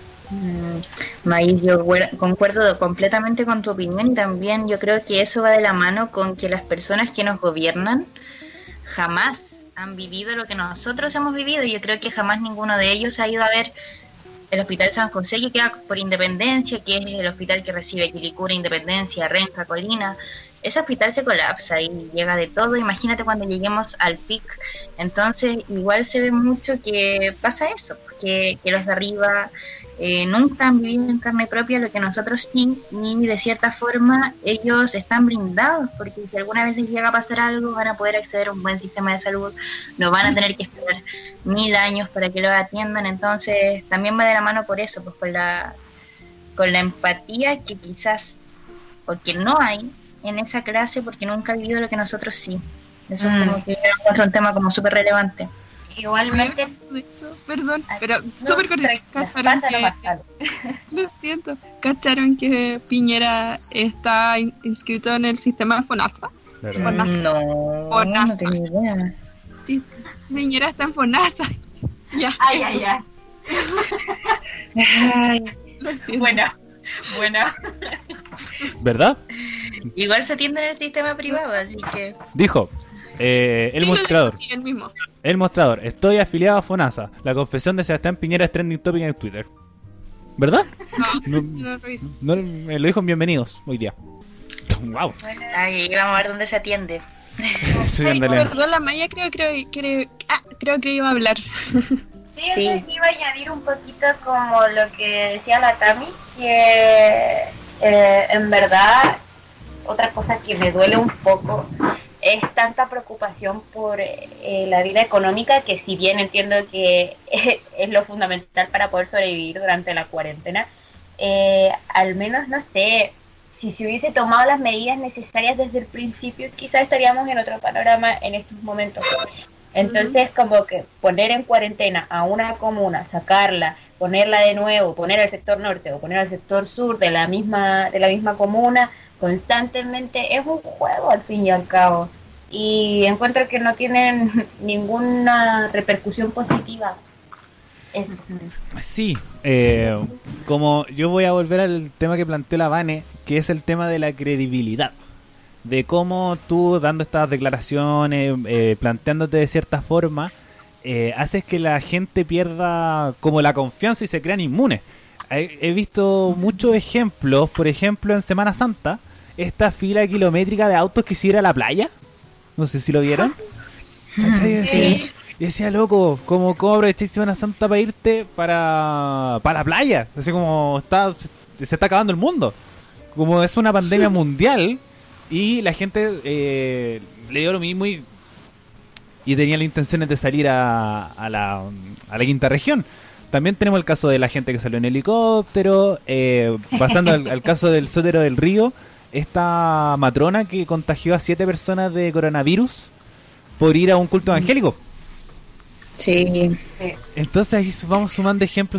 S2: Maíz, yo concuerdo completamente con tu opinión, y también yo creo que eso va de la mano con que las personas que nos gobiernan jamás han vivido lo que nosotros hemos vivido. Yo creo que jamás ninguno de ellos ha ido a ver el Hospital San José, que queda por Independencia, que es el hospital que recibe Quilicura, Independencia, Renca, Colina. Ese hospital se colapsa y llega de todo. Imagínate cuando lleguemos al pic. Entonces igual se ve mucho que pasa eso, que los de arriba nunca han vivido en carne propia lo que nosotros sí, y de cierta forma ellos están brindados, porque si alguna vez les llega a pasar algo, van a poder acceder a un buen sistema de salud, no van a tener que esperar 1000 años para que los atiendan. Entonces también va de la mano por eso, pues con la empatía que quizás, o que no hay en esa clase, porque nunca ha vivido lo que nosotros sí. Eso es como que yo encuentro un tema como súper relevante.
S5: Igualmente,
S3: Perdón, pero
S5: no,
S3: súper cortito. ¿Cacharon
S5: pasa
S3: que,
S5: nomás, dale.
S3: lo siento, ¿cacharon que Piñera está inscrito en el sistema FONASA?
S1: ¿Verdad?
S2: No tengo idea.
S3: Sí, Piñera está en FONASA. Ya.
S5: Ay,
S3: eso.
S5: ay, ay.
S2: Ay,
S3: Lo siento.
S5: Bueno.
S1: ¿Verdad?
S2: igual se atiende en el sistema privado, así que
S1: Dijo, el
S3: Sí, lo
S1: mostrador.
S3: dijo, sí, el mismo.
S1: El mostrador. Estoy afiliado a FONASA. La confesión de Sebastián Piñera es trending topic en Twitter. ¿Verdad?
S3: No,
S1: No,
S3: no lo hice.
S1: no, lo dijo en Bienvenidos hoy día. Wow.
S2: ahí vamos a ver dónde se atiende.
S1: Estoy
S3: Ay,
S1: viendo la-
S3: perdón, la Maya creo que iba a hablar.
S5: Sí,
S2: Sí.
S5: eso iba a añadir un poquito como lo que decía la Tami, que en verdad otra cosa que me duele un poco es tanta preocupación por la vida económica, que si bien entiendo que es lo fundamental para poder sobrevivir durante la cuarentena, al menos, no sé, si se hubiese tomado las medidas necesarias desde el principio, quizás estaríamos en otro panorama en estos momentos. Entonces, como que poner en cuarentena a una comuna, sacarla, ponerla de nuevo, poner al sector norte o poner al sector sur de la misma comuna constantemente, es un juego al fin y al cabo. y encuentro que no tienen ninguna repercusión positiva. Eso.
S1: Sí, como yo voy a volver al tema que planteó la Vane, que es el tema de la credibilidad. De cómo tú, dando estas declaraciones, planteándote de cierta forma, haces que la gente pierda como la confianza y se crean inmunes. He visto muchos ejemplos, por ejemplo en Semana Santa, esta fila kilométrica de autos que se iba a la playa, no sé si lo vieron. ¿Cachai?
S2: Sí.
S1: Y decía, loco, ¿cómo aprovecháis Semana Santa para irte para la playa? Así como se está acabando el mundo. Como es una pandemia mundial y la gente le dio lo mismo y tenía las intenciones de salir a la quinta región. También tenemos el caso de la gente que salió en helicóptero, pasando al caso del Sotero del Río, esta matrona que contagió a 7 personas de coronavirus por ir a un culto evangélico.
S2: Sí.
S1: Entonces ahí vamos sumando ejemplos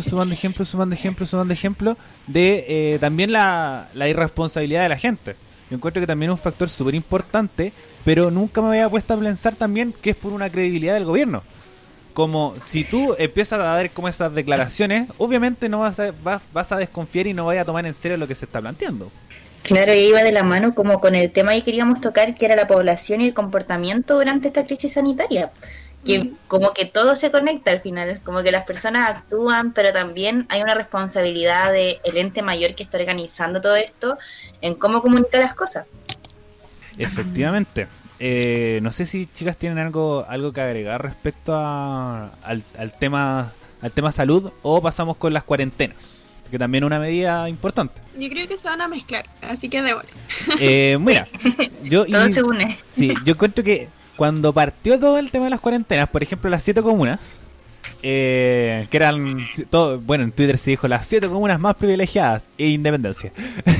S1: de también la irresponsabilidad de la gente. Yo encuentro que también es un factor súper importante, pero nunca me había puesto a pensar también que es por una credibilidad del gobierno. Como si tú empiezas a ver como esas declaraciones, obviamente no vas a desconfiar y no vas a tomar en serio lo que se está planteando.
S2: Claro, y iba de la mano como con el tema que queríamos tocar, que era la población y el comportamiento durante esta crisis sanitaria. Que como que todo se conecta al final, como que las personas actúan, pero también hay una responsabilidad del ente mayor que está organizando todo esto en cómo comunicar las cosas.
S1: Efectivamente. No sé si chicas tienen algo que agregar respecto al tema salud, o pasamos con las cuarentenas, que también es una medida importante.
S3: Yo creo que se van a mezclar, así que démosle.
S1: Mira,
S2: Todo se une.
S1: Sí, yo encuentro que cuando partió todo el tema de las cuarentenas, por ejemplo, las 7 comunas, que eran, bueno, en Twitter se dijo las 7 comunas más privilegiadas e independencia.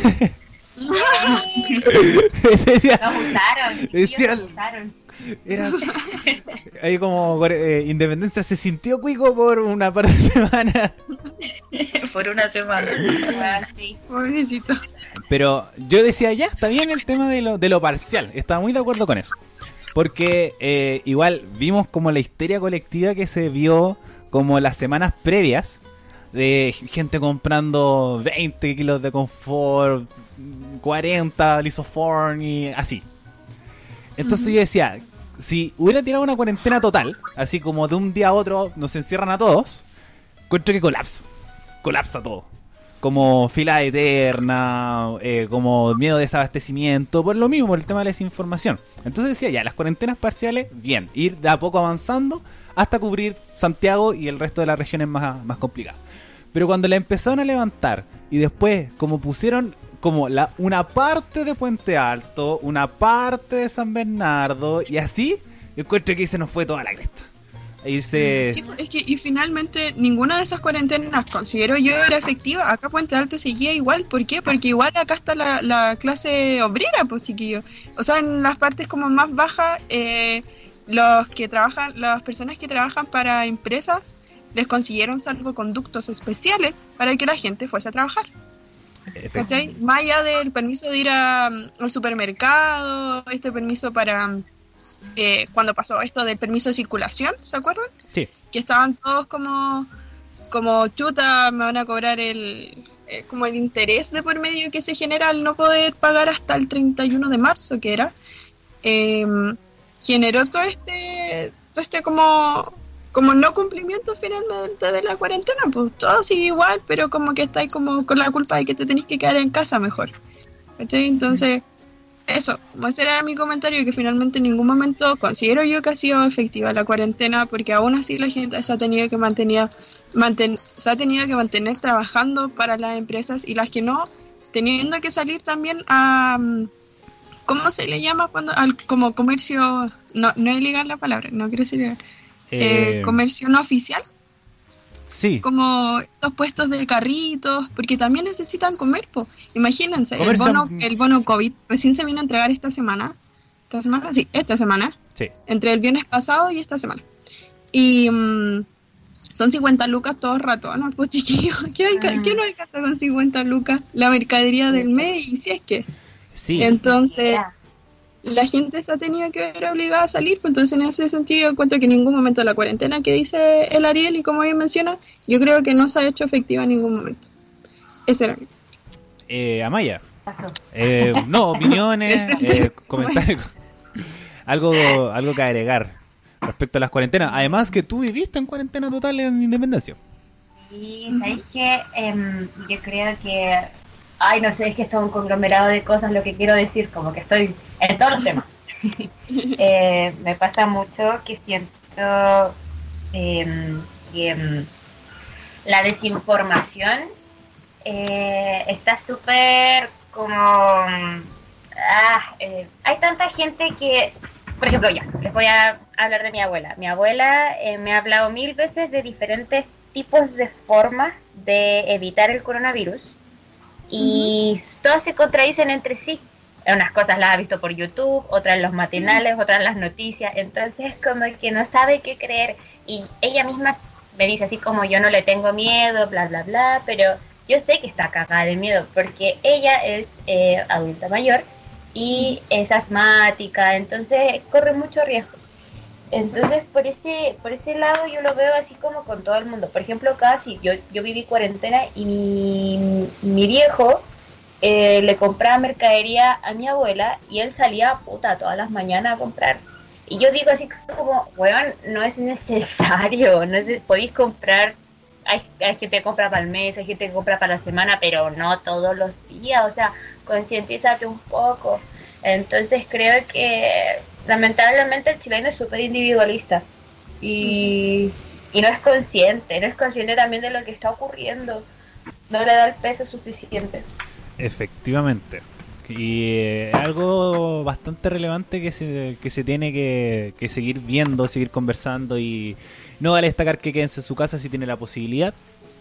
S5: Nos usaron.
S1: Era ahí como Independencia se sintió cuico por una par de semanas.
S2: Por una semana.
S5: Sí.
S3: Pobrecito.
S1: Pero yo decía, ya, está bien el tema de lo parcial. Estaba muy de acuerdo con eso. Porque igual vimos como la histeria colectiva que se vio como las semanas previas, de gente comprando 20 kilos de confort, 40 lisoform y así. Entonces yo decía, si hubiera tirado una cuarentena total, así como de un día a otro nos encierran a todos, encuentro que colapsa todo. Como fila eterna, como miedo de desabastecimiento, por lo mismo, por el tema de la desinformación. Entonces decía, ya, las cuarentenas parciales, bien, ir de a poco avanzando hasta cubrir Santiago y el resto de las regiones más complicadas. Pero cuando la empezaron a levantar y después como pusieron como una parte de Puente Alto, una parte de San Bernardo y así, yo encuentro que ahí se nos fue toda la cresta. Ahí se...
S3: Sí, es que y finalmente ninguna de esas cuarentenas considero yo era efectiva. Acá Puente Alto seguía igual. ¿Por qué? Porque igual acá está la clase obrera, pues chiquillos. O sea, en las partes como más bajas, las personas que trabajan para empresas les consiguieron salvoconductos especiales para que la gente fuese a trabajar. ¿Cachai? Más allá del permiso de ir al supermercado, este permiso para... cuando pasó esto del permiso de circulación, ¿se acuerdan?
S1: Sí. Que
S3: estaban todos como chuta, me van a cobrar como el interés de por medio que se genera al no poder pagar hasta el 31 de marzo, que era, generó todo este como no cumplimiento finalmente de la cuarentena. Pues todo sigue igual, pero como que estáis como con la culpa de que te tenéis que quedar en casa mejor. ¿Cachai? Entonces... Eso, ese era mi comentario, que finalmente en ningún momento considero yo que ha sido efectiva la cuarentena, porque aún así la gente se ha tenido que mantener trabajando para las empresas, y las que no, teniendo que salir también a, ¿cómo se le llama? Como comercio, no es ilegal la palabra, no quiero decir comercio no oficial.
S1: Sí.
S3: Como estos puestos de carritos, porque también necesitan comer, po. Imagínense, el bono COVID recién se vino a entregar esta semana. Sí, esta semana.
S1: Sí. Entre
S3: el viernes pasado y esta semana. Y son 50 lucas todos ratones, pues chiquillos. ¿Qué no alcanza con 50 lucas? La mercadería del mes, y si es que.
S1: Sí.
S3: Entonces, la gente se ha tenido que ver obligada a salir, pues entonces en ese sentido encuentro que en ningún momento de la cuarentena que dice el Ariel y como bien menciona, yo creo que no se ha hecho efectiva en ningún momento. Ese era mi...
S1: Amaya. No, opiniones, comentarios, algo que agregar respecto a las cuarentenas. Además que tú viviste en cuarentena total en Independencia.
S5: Y sabéis que yo creo que, ay, no sé, es que esto es un conglomerado de cosas lo que quiero decir, como que estoy en todos los temas. Me pasa mucho que siento que la desinformación está súper como... hay tanta gente que, por ejemplo, ya, les voy a hablar de mi abuela. Mi abuela me ha hablado 1000 veces de diferentes tipos de formas de evitar el coronavirus y todas se contradicen entre sí. Unas cosas las ha visto por YouTube, otras en los matinales, otras en las noticias, entonces como que no sabe qué creer y ella misma me dice así como yo no le tengo miedo, bla bla bla, pero yo sé que está cagada de miedo porque ella es adulta mayor y es asmática, entonces corre mucho riesgo. Entonces por ese lado yo lo veo así como con todo el mundo. Por ejemplo, casi yo viví cuarentena y mi viejo le compraba mercadería a mi abuela y él salía todas las mañanas a comprar. Y yo digo así como, weón, no es necesario, podéis comprar, hay gente que compra para el mes, hay gente que compra para la semana, pero no todos los días, o sea, concientízate un poco. Entonces creo que lamentablemente el chileno es súper individualista y no es consciente también de lo que está ocurriendo, no le da el peso suficiente.
S1: Efectivamente. Y algo bastante relevante que se tiene que seguir viendo, seguir conversando y no vale destacar que quédense en su casa si tiene la posibilidad.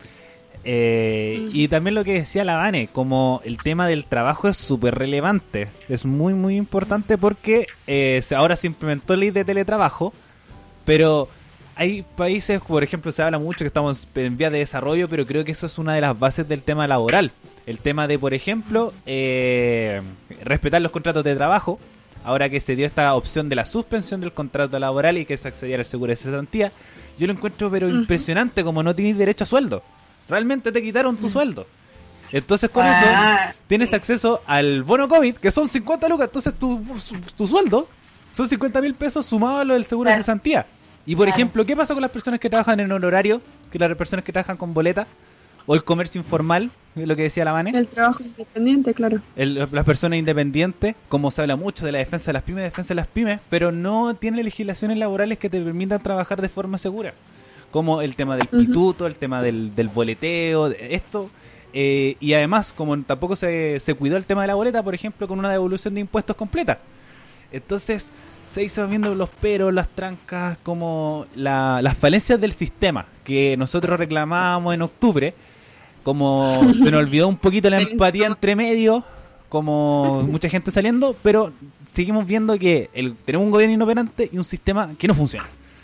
S1: Y también lo que decía la Vane, como el tema del trabajo es súper relevante, es muy muy importante porque ahora se implementó ley de teletrabajo, pero hay países, por ejemplo, se habla mucho que estamos en vías de desarrollo, pero creo que eso es una de las bases del tema laboral. El tema de, por ejemplo, respetar los contratos de trabajo, ahora que se dio esta opción de la suspensión del contrato laboral y que se accediera al seguro de cesantía, yo lo encuentro pero impresionante, como no tienes derecho a sueldo. Realmente te quitaron tu sueldo. Entonces con eso tienes acceso al bono COVID, que son 50 lucas. Entonces tu sueldo son 50.000 pesos sumado a lo del seguro de cesantía. Y por ejemplo, ¿qué pasa con las personas que trabajan en horario? Que las personas que trabajan con boleta. O el comercio informal, lo que decía la Vane.
S3: El trabajo independiente, claro.
S1: Las personas independientes, como se habla mucho de la defensa de las pymes, pero no tiene legislaciones laborales que te permitan trabajar de forma segura. Como el tema del pituto, el tema del boleteo, esto. Y además, como tampoco se cuidó el tema de la boleta, por ejemplo, con una devolución de impuestos completa. Entonces, se hizo viendo los peros, las trancas, como las falencias del sistema, que nosotros reclamábamos en octubre. Como se nos olvidó un poquito la empatía entre medios, como mucha gente saliendo, pero seguimos viendo que tenemos un gobierno inoperante y un sistema que no funciona.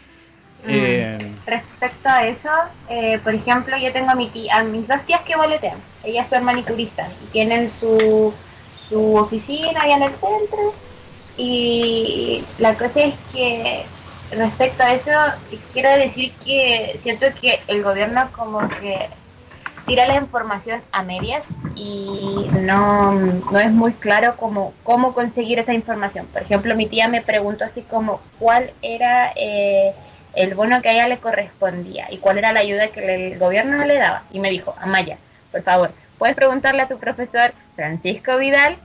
S5: Respecto a eso, por ejemplo, yo tengo a mis dos tías que boletean. Ellas son manicuristas y tienen su oficina allá en el centro. Y la cosa es que respecto a eso, quiero decir que siento que el gobierno como que tira la información a medias y no es muy claro cómo conseguir esa información. Por ejemplo, mi tía me preguntó así como cuál era el bono que a ella le correspondía y cuál era la ayuda que el gobierno le daba. Y me dijo, Amaya, por favor, ¿puedes preguntarle a tu profesor Francisco Vidal?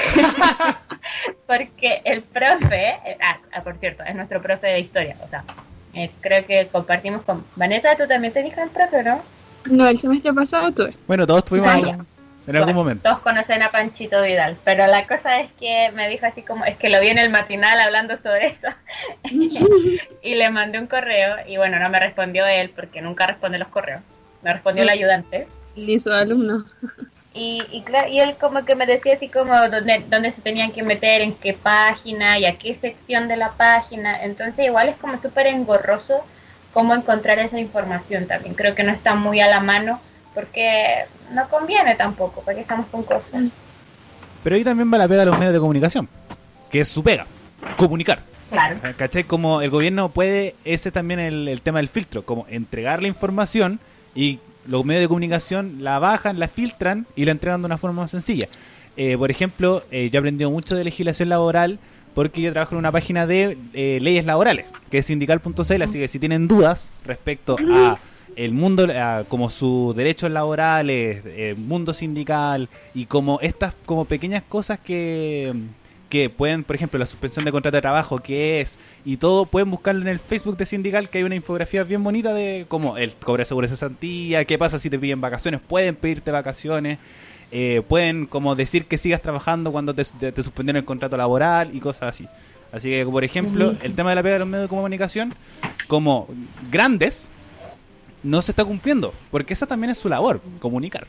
S5: Porque el profe, por cierto, es nuestro profe de historia, o sea, creo que compartimos con Vanessa. ¿Tú también te dijo el profe, no?
S3: No, el semestre pasado tuve.
S1: Bueno, todos tuvimos en algún momento.
S5: Todos conocen a Panchito Vidal, pero la cosa es que me dijo así como, es que lo vi en el matinal hablando sobre eso y le mandé un correo y bueno, no me respondió él porque nunca responde los correos, me respondió el ayudante
S3: ni su alumno.
S5: Y él como que me decía así como dónde se tenían que meter, en qué página y a qué sección de la página. Entonces igual es como súper engorroso cómo encontrar esa información también. Creo que no está muy a la mano porque no conviene tampoco, porque estamos con cosas.
S1: Pero ahí también va la pega a los medios de comunicación. que es su pega, comunicar.
S5: Claro.
S1: ¿Cachai? Como el gobierno puede, ese también el tema del filtro, como entregar la información y los medios de comunicación la bajan, la filtran y la entregan de una forma más sencilla. Por ejemplo, yo he aprendido mucho de legislación laboral porque yo trabajo en una página de leyes laborales, que es sindical.cl, así que si tienen dudas respecto a el mundo, como sus derechos laborales, mundo sindical y como estas como pequeñas cosas que pueden, por ejemplo, la suspensión de contrato de trabajo, que es, y todo, pueden buscarlo en el Facebook de Sindical, que hay una infografía bien bonita de cómo el cobra seguro de cesantía, qué pasa si te piden vacaciones, pueden pedirte vacaciones, pueden como decir que sigas trabajando cuando te suspendieron el contrato laboral y cosas así. Así que, por ejemplo, el tema de la pega de los medios de comunicación, como grandes, no se está cumpliendo, porque esa también es su labor, comunicar.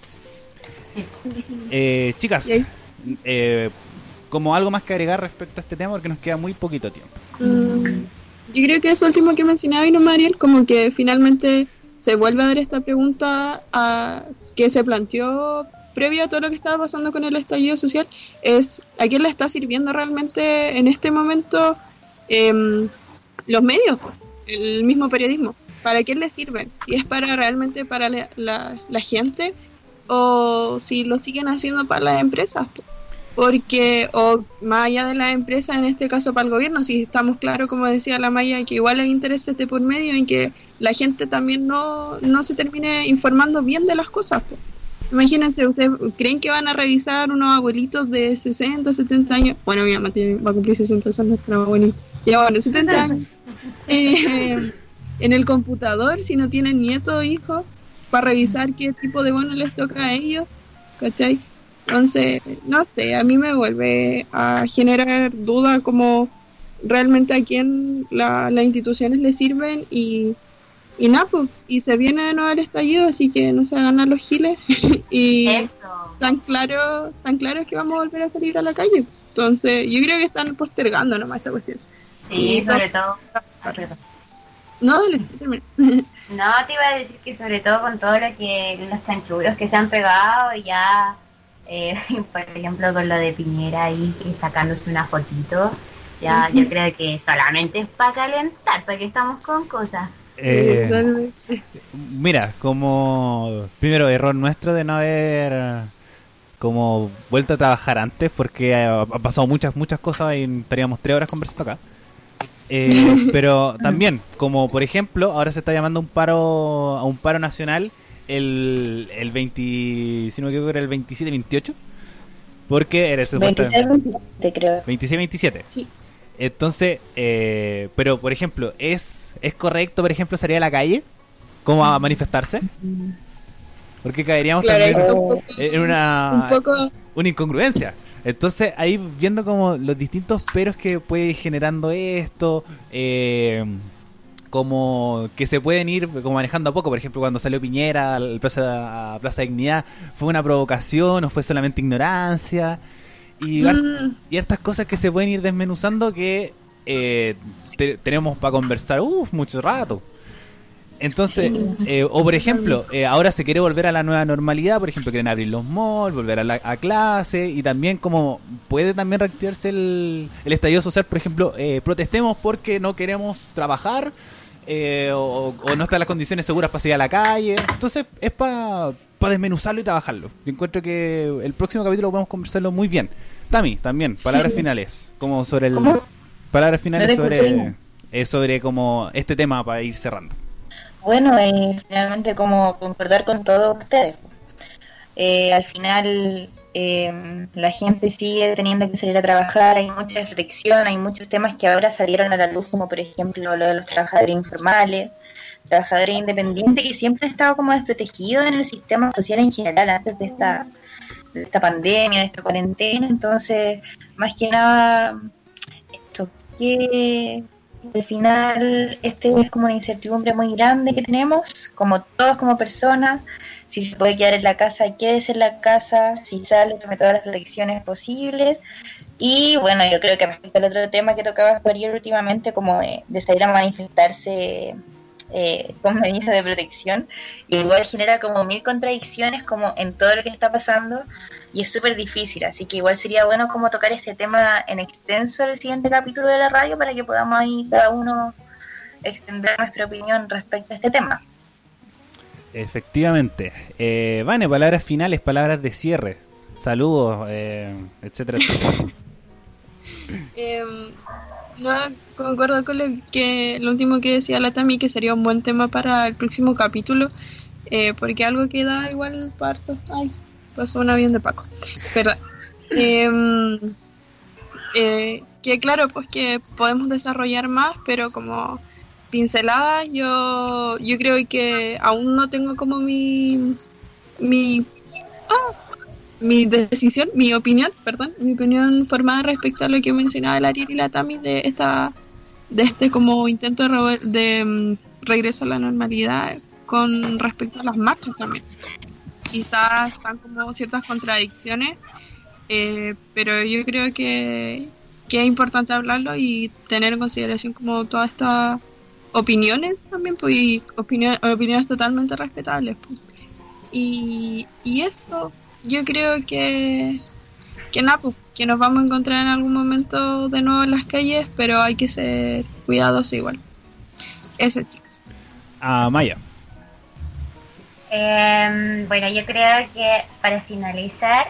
S1: Chicas, como algo más que agregar respecto a este tema, porque nos queda muy poquito tiempo.
S3: Yo creo que eso último que mencionaba Ino Mariel, como que finalmente se vuelve a dar esta pregunta que se planteó previo a todo lo que estaba pasando con el estallido social, es ¿a quién le está sirviendo realmente en este momento los medios, el mismo periodismo? ¿Para quién le sirven? Si es para realmente para la gente o si lo siguen haciendo para las empresas. Porque, o más allá de las empresas, en este caso para el gobierno, si estamos claros, como decía la Maya, que igual hay intereses de por medio en que la gente también no se termine informando bien de las cosas. Pues. Imagínense, ¿ustedes creen que van a revisar unos abuelitos de 60, 70 años? Bueno, mi mamá va a cumplir 60, son nuestros abuelitos. Ya bueno, 70 años. En el computador, si no tienen nietos o hijos, para revisar qué tipo de bono les toca a ellos, ¿cachai? Entonces, no sé, a mí me vuelve a generar duda como realmente a quién las instituciones le sirven y nada, pues, y se viene de nuevo el estallido, así que no se hagan a los giles y
S5: Eso.
S3: tan claro es que vamos a volver a salir a la calle. Entonces, yo creo que están postergando nomás esta cuestión.
S5: Sí, sobre todo.
S3: No, dale, sí, termina.
S5: No, te iba a decir que sobre todo con todo los chanchullos que se han pegado ya, por ejemplo con lo de Piñera ahí sacándose una fotito, ya yo creo que solamente es para calentar, porque estamos con cosas.
S1: Mira, como primero error nuestro de no haber como vuelto a trabajar antes, porque ha pasado muchas cosas y estaríamos 3 horas conversando acá. Pero también, como por ejemplo, ahora se está llamando a un paro nacional el 20, si no me equivoco, era el 27-28, porque era el
S2: 26-27 creo.
S1: 26-27.
S3: Sí.
S1: Entonces, pero por ejemplo, ¿es correcto, por ejemplo, salir a la calle como a manifestarse? Porque caeríamos también en una incongruencia. Entonces, ahí viendo como los distintos peros que puede ir generando esto, como que se pueden ir como manejando a poco. Por ejemplo, cuando salió Piñera a Plaza Dignidad, ¿fue una provocación o fue solamente ignorancia? Y estas cosas que se pueden ir desmenuzando que tenemos para conversar mucho rato. Entonces, o por ejemplo, ahora se quiere volver a la nueva normalidad, por ejemplo, quieren abrir los malls, volver a clase, y también como puede también reactivarse el estallido social, por ejemplo, protestemos porque no queremos trabajar, o no están las condiciones seguras para salir a la calle. Entonces, es para desmenuzarlo y trabajarlo. Yo encuentro que el próximo capítulo podemos conversarlo muy bien. Tami, también, palabras finales, como sobre palabras finales sobre como este tema para ir cerrando.
S2: Bueno, finalmente como concordar con todos ustedes. Al final la gente sigue teniendo que salir a trabajar, hay mucha reflexión, hay muchos temas que ahora salieron a la luz, como por ejemplo lo de los trabajadores informales, trabajadores independientes que siempre han estado como desprotegidos en el sistema social en general antes de esta pandemia, de esta cuarentena. Entonces, más que nada, esto que al final es como una incertidumbre muy grande que tenemos, como todos como personas. Si se puede quedar en la casa, quédese en la casa, si sale, tome todas las protecciones posibles. Y bueno, yo creo que respecto al otro tema que tocaba Ariel últimamente, como de salir a manifestarse con medidas de protección. Igual genera como mil contradicciones como en todo lo que está pasando y es súper difícil, así que igual sería bueno como tocar este tema en extenso en el siguiente capítulo de la radio para que podamos ahí cada uno extender nuestra opinión respecto a este tema.
S1: Efectivamente. Vane, palabras finales, palabras de cierre, saludos, etcétera, etcétera.
S3: No, concuerdo con lo último que decía la Tami, que sería un buen tema para el próximo capítulo, porque algo que da igual parto. Ay, pasó un avión de Paco. Verdad. Que claro, pues que podemos desarrollar más, pero como pinceladas, yo creo que aún no tengo como mi decisión, mi opinión formada respecto a lo que mencionaba el Ariel y la Tami de este como intento de regreso a la normalidad con respecto a las marchas también. Quizás están como ciertas contradicciones, pero yo creo que es importante hablarlo y tener en consideración como todas estas opiniones también, pues, y opiniones totalmente respetables, pues. Y eso, yo creo que nada, pues, que nos vamos a encontrar en algún momento de nuevo en las calles, pero hay que ser cuidadosos igual. Eso, chicos.
S1: Maya.
S5: Bueno, yo creo que para finalizar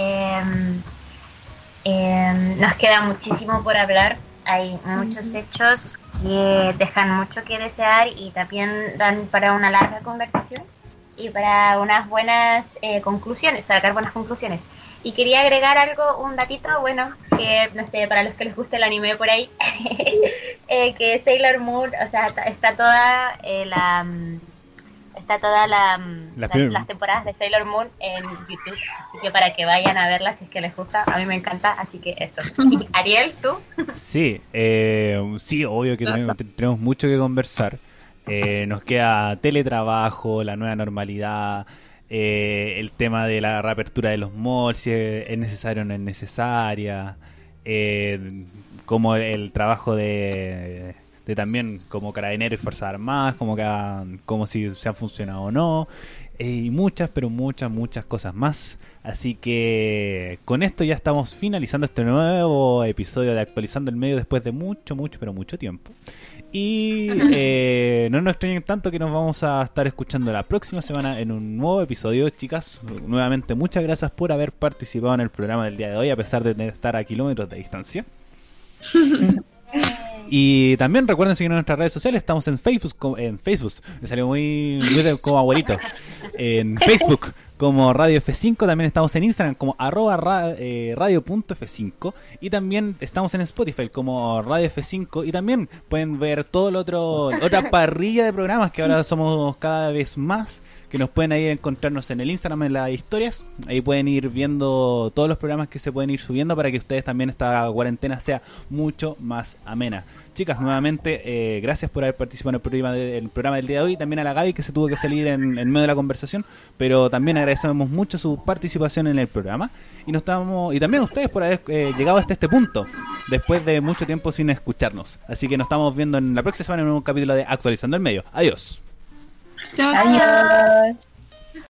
S5: nos queda muchísimo por hablar. Hay muchos hechos que dejan mucho que desear y también dan para una larga conversación y para unas buenas conclusiones, sacar buenas conclusiones. Y quería agregar un datito, bueno, que no sé, para los que les guste el anime por ahí, que Sailor Moon, o sea, está toda las temporadas de Sailor Moon en YouTube, así que para que vayan a verlas si es que les gusta, a mí me encanta, así que eso. Y Ariel, ¿tú?
S1: Sí, sí, obvio que tenemos mucho que conversar. Nos queda teletrabajo, la nueva normalidad, el tema de la reapertura de los malls, si es necesaria o no es necesaria, como el trabajo de también como Carabineros y Fuerzas Armadas, como si se han funcionado o no, y muchas, pero muchas cosas más. Así que con esto ya estamos finalizando este nuevo episodio de Actualizando el Medio después de mucho tiempo. Y no nos extrañen tanto que nos vamos a estar escuchando la próxima semana en un nuevo episodio. Chicas, nuevamente muchas gracias por haber participado en el programa del día de hoy, a pesar de estar a kilómetros de distancia. Y también recuerden seguirnos en nuestras redes sociales. Estamos en Facebook, me salió muy como abuelito. En Facebook como Radio F5, también estamos en Instagram como @radio.f5 y también estamos en Spotify como Radio F5 y también pueden ver otra parrilla de programas que ahora somos cada vez más, que nos pueden ahí encontrarnos en el Instagram, en las historias. Ahí pueden ir viendo todos los programas que se pueden ir subiendo para que ustedes también esta cuarentena sea mucho más amena. Chicas, nuevamente, gracias por haber participado en el programa del día de hoy. También a la Gaby, que se tuvo que salir en medio de la conversación, pero también agradecemos mucho su participación en el programa. Y también a ustedes por haber llegado hasta este punto, después de mucho tiempo sin escucharnos. Así que nos estamos viendo en la próxima semana en un capítulo de Actualizando el Medio. Adiós.
S3: Chao.
S2: Adiós.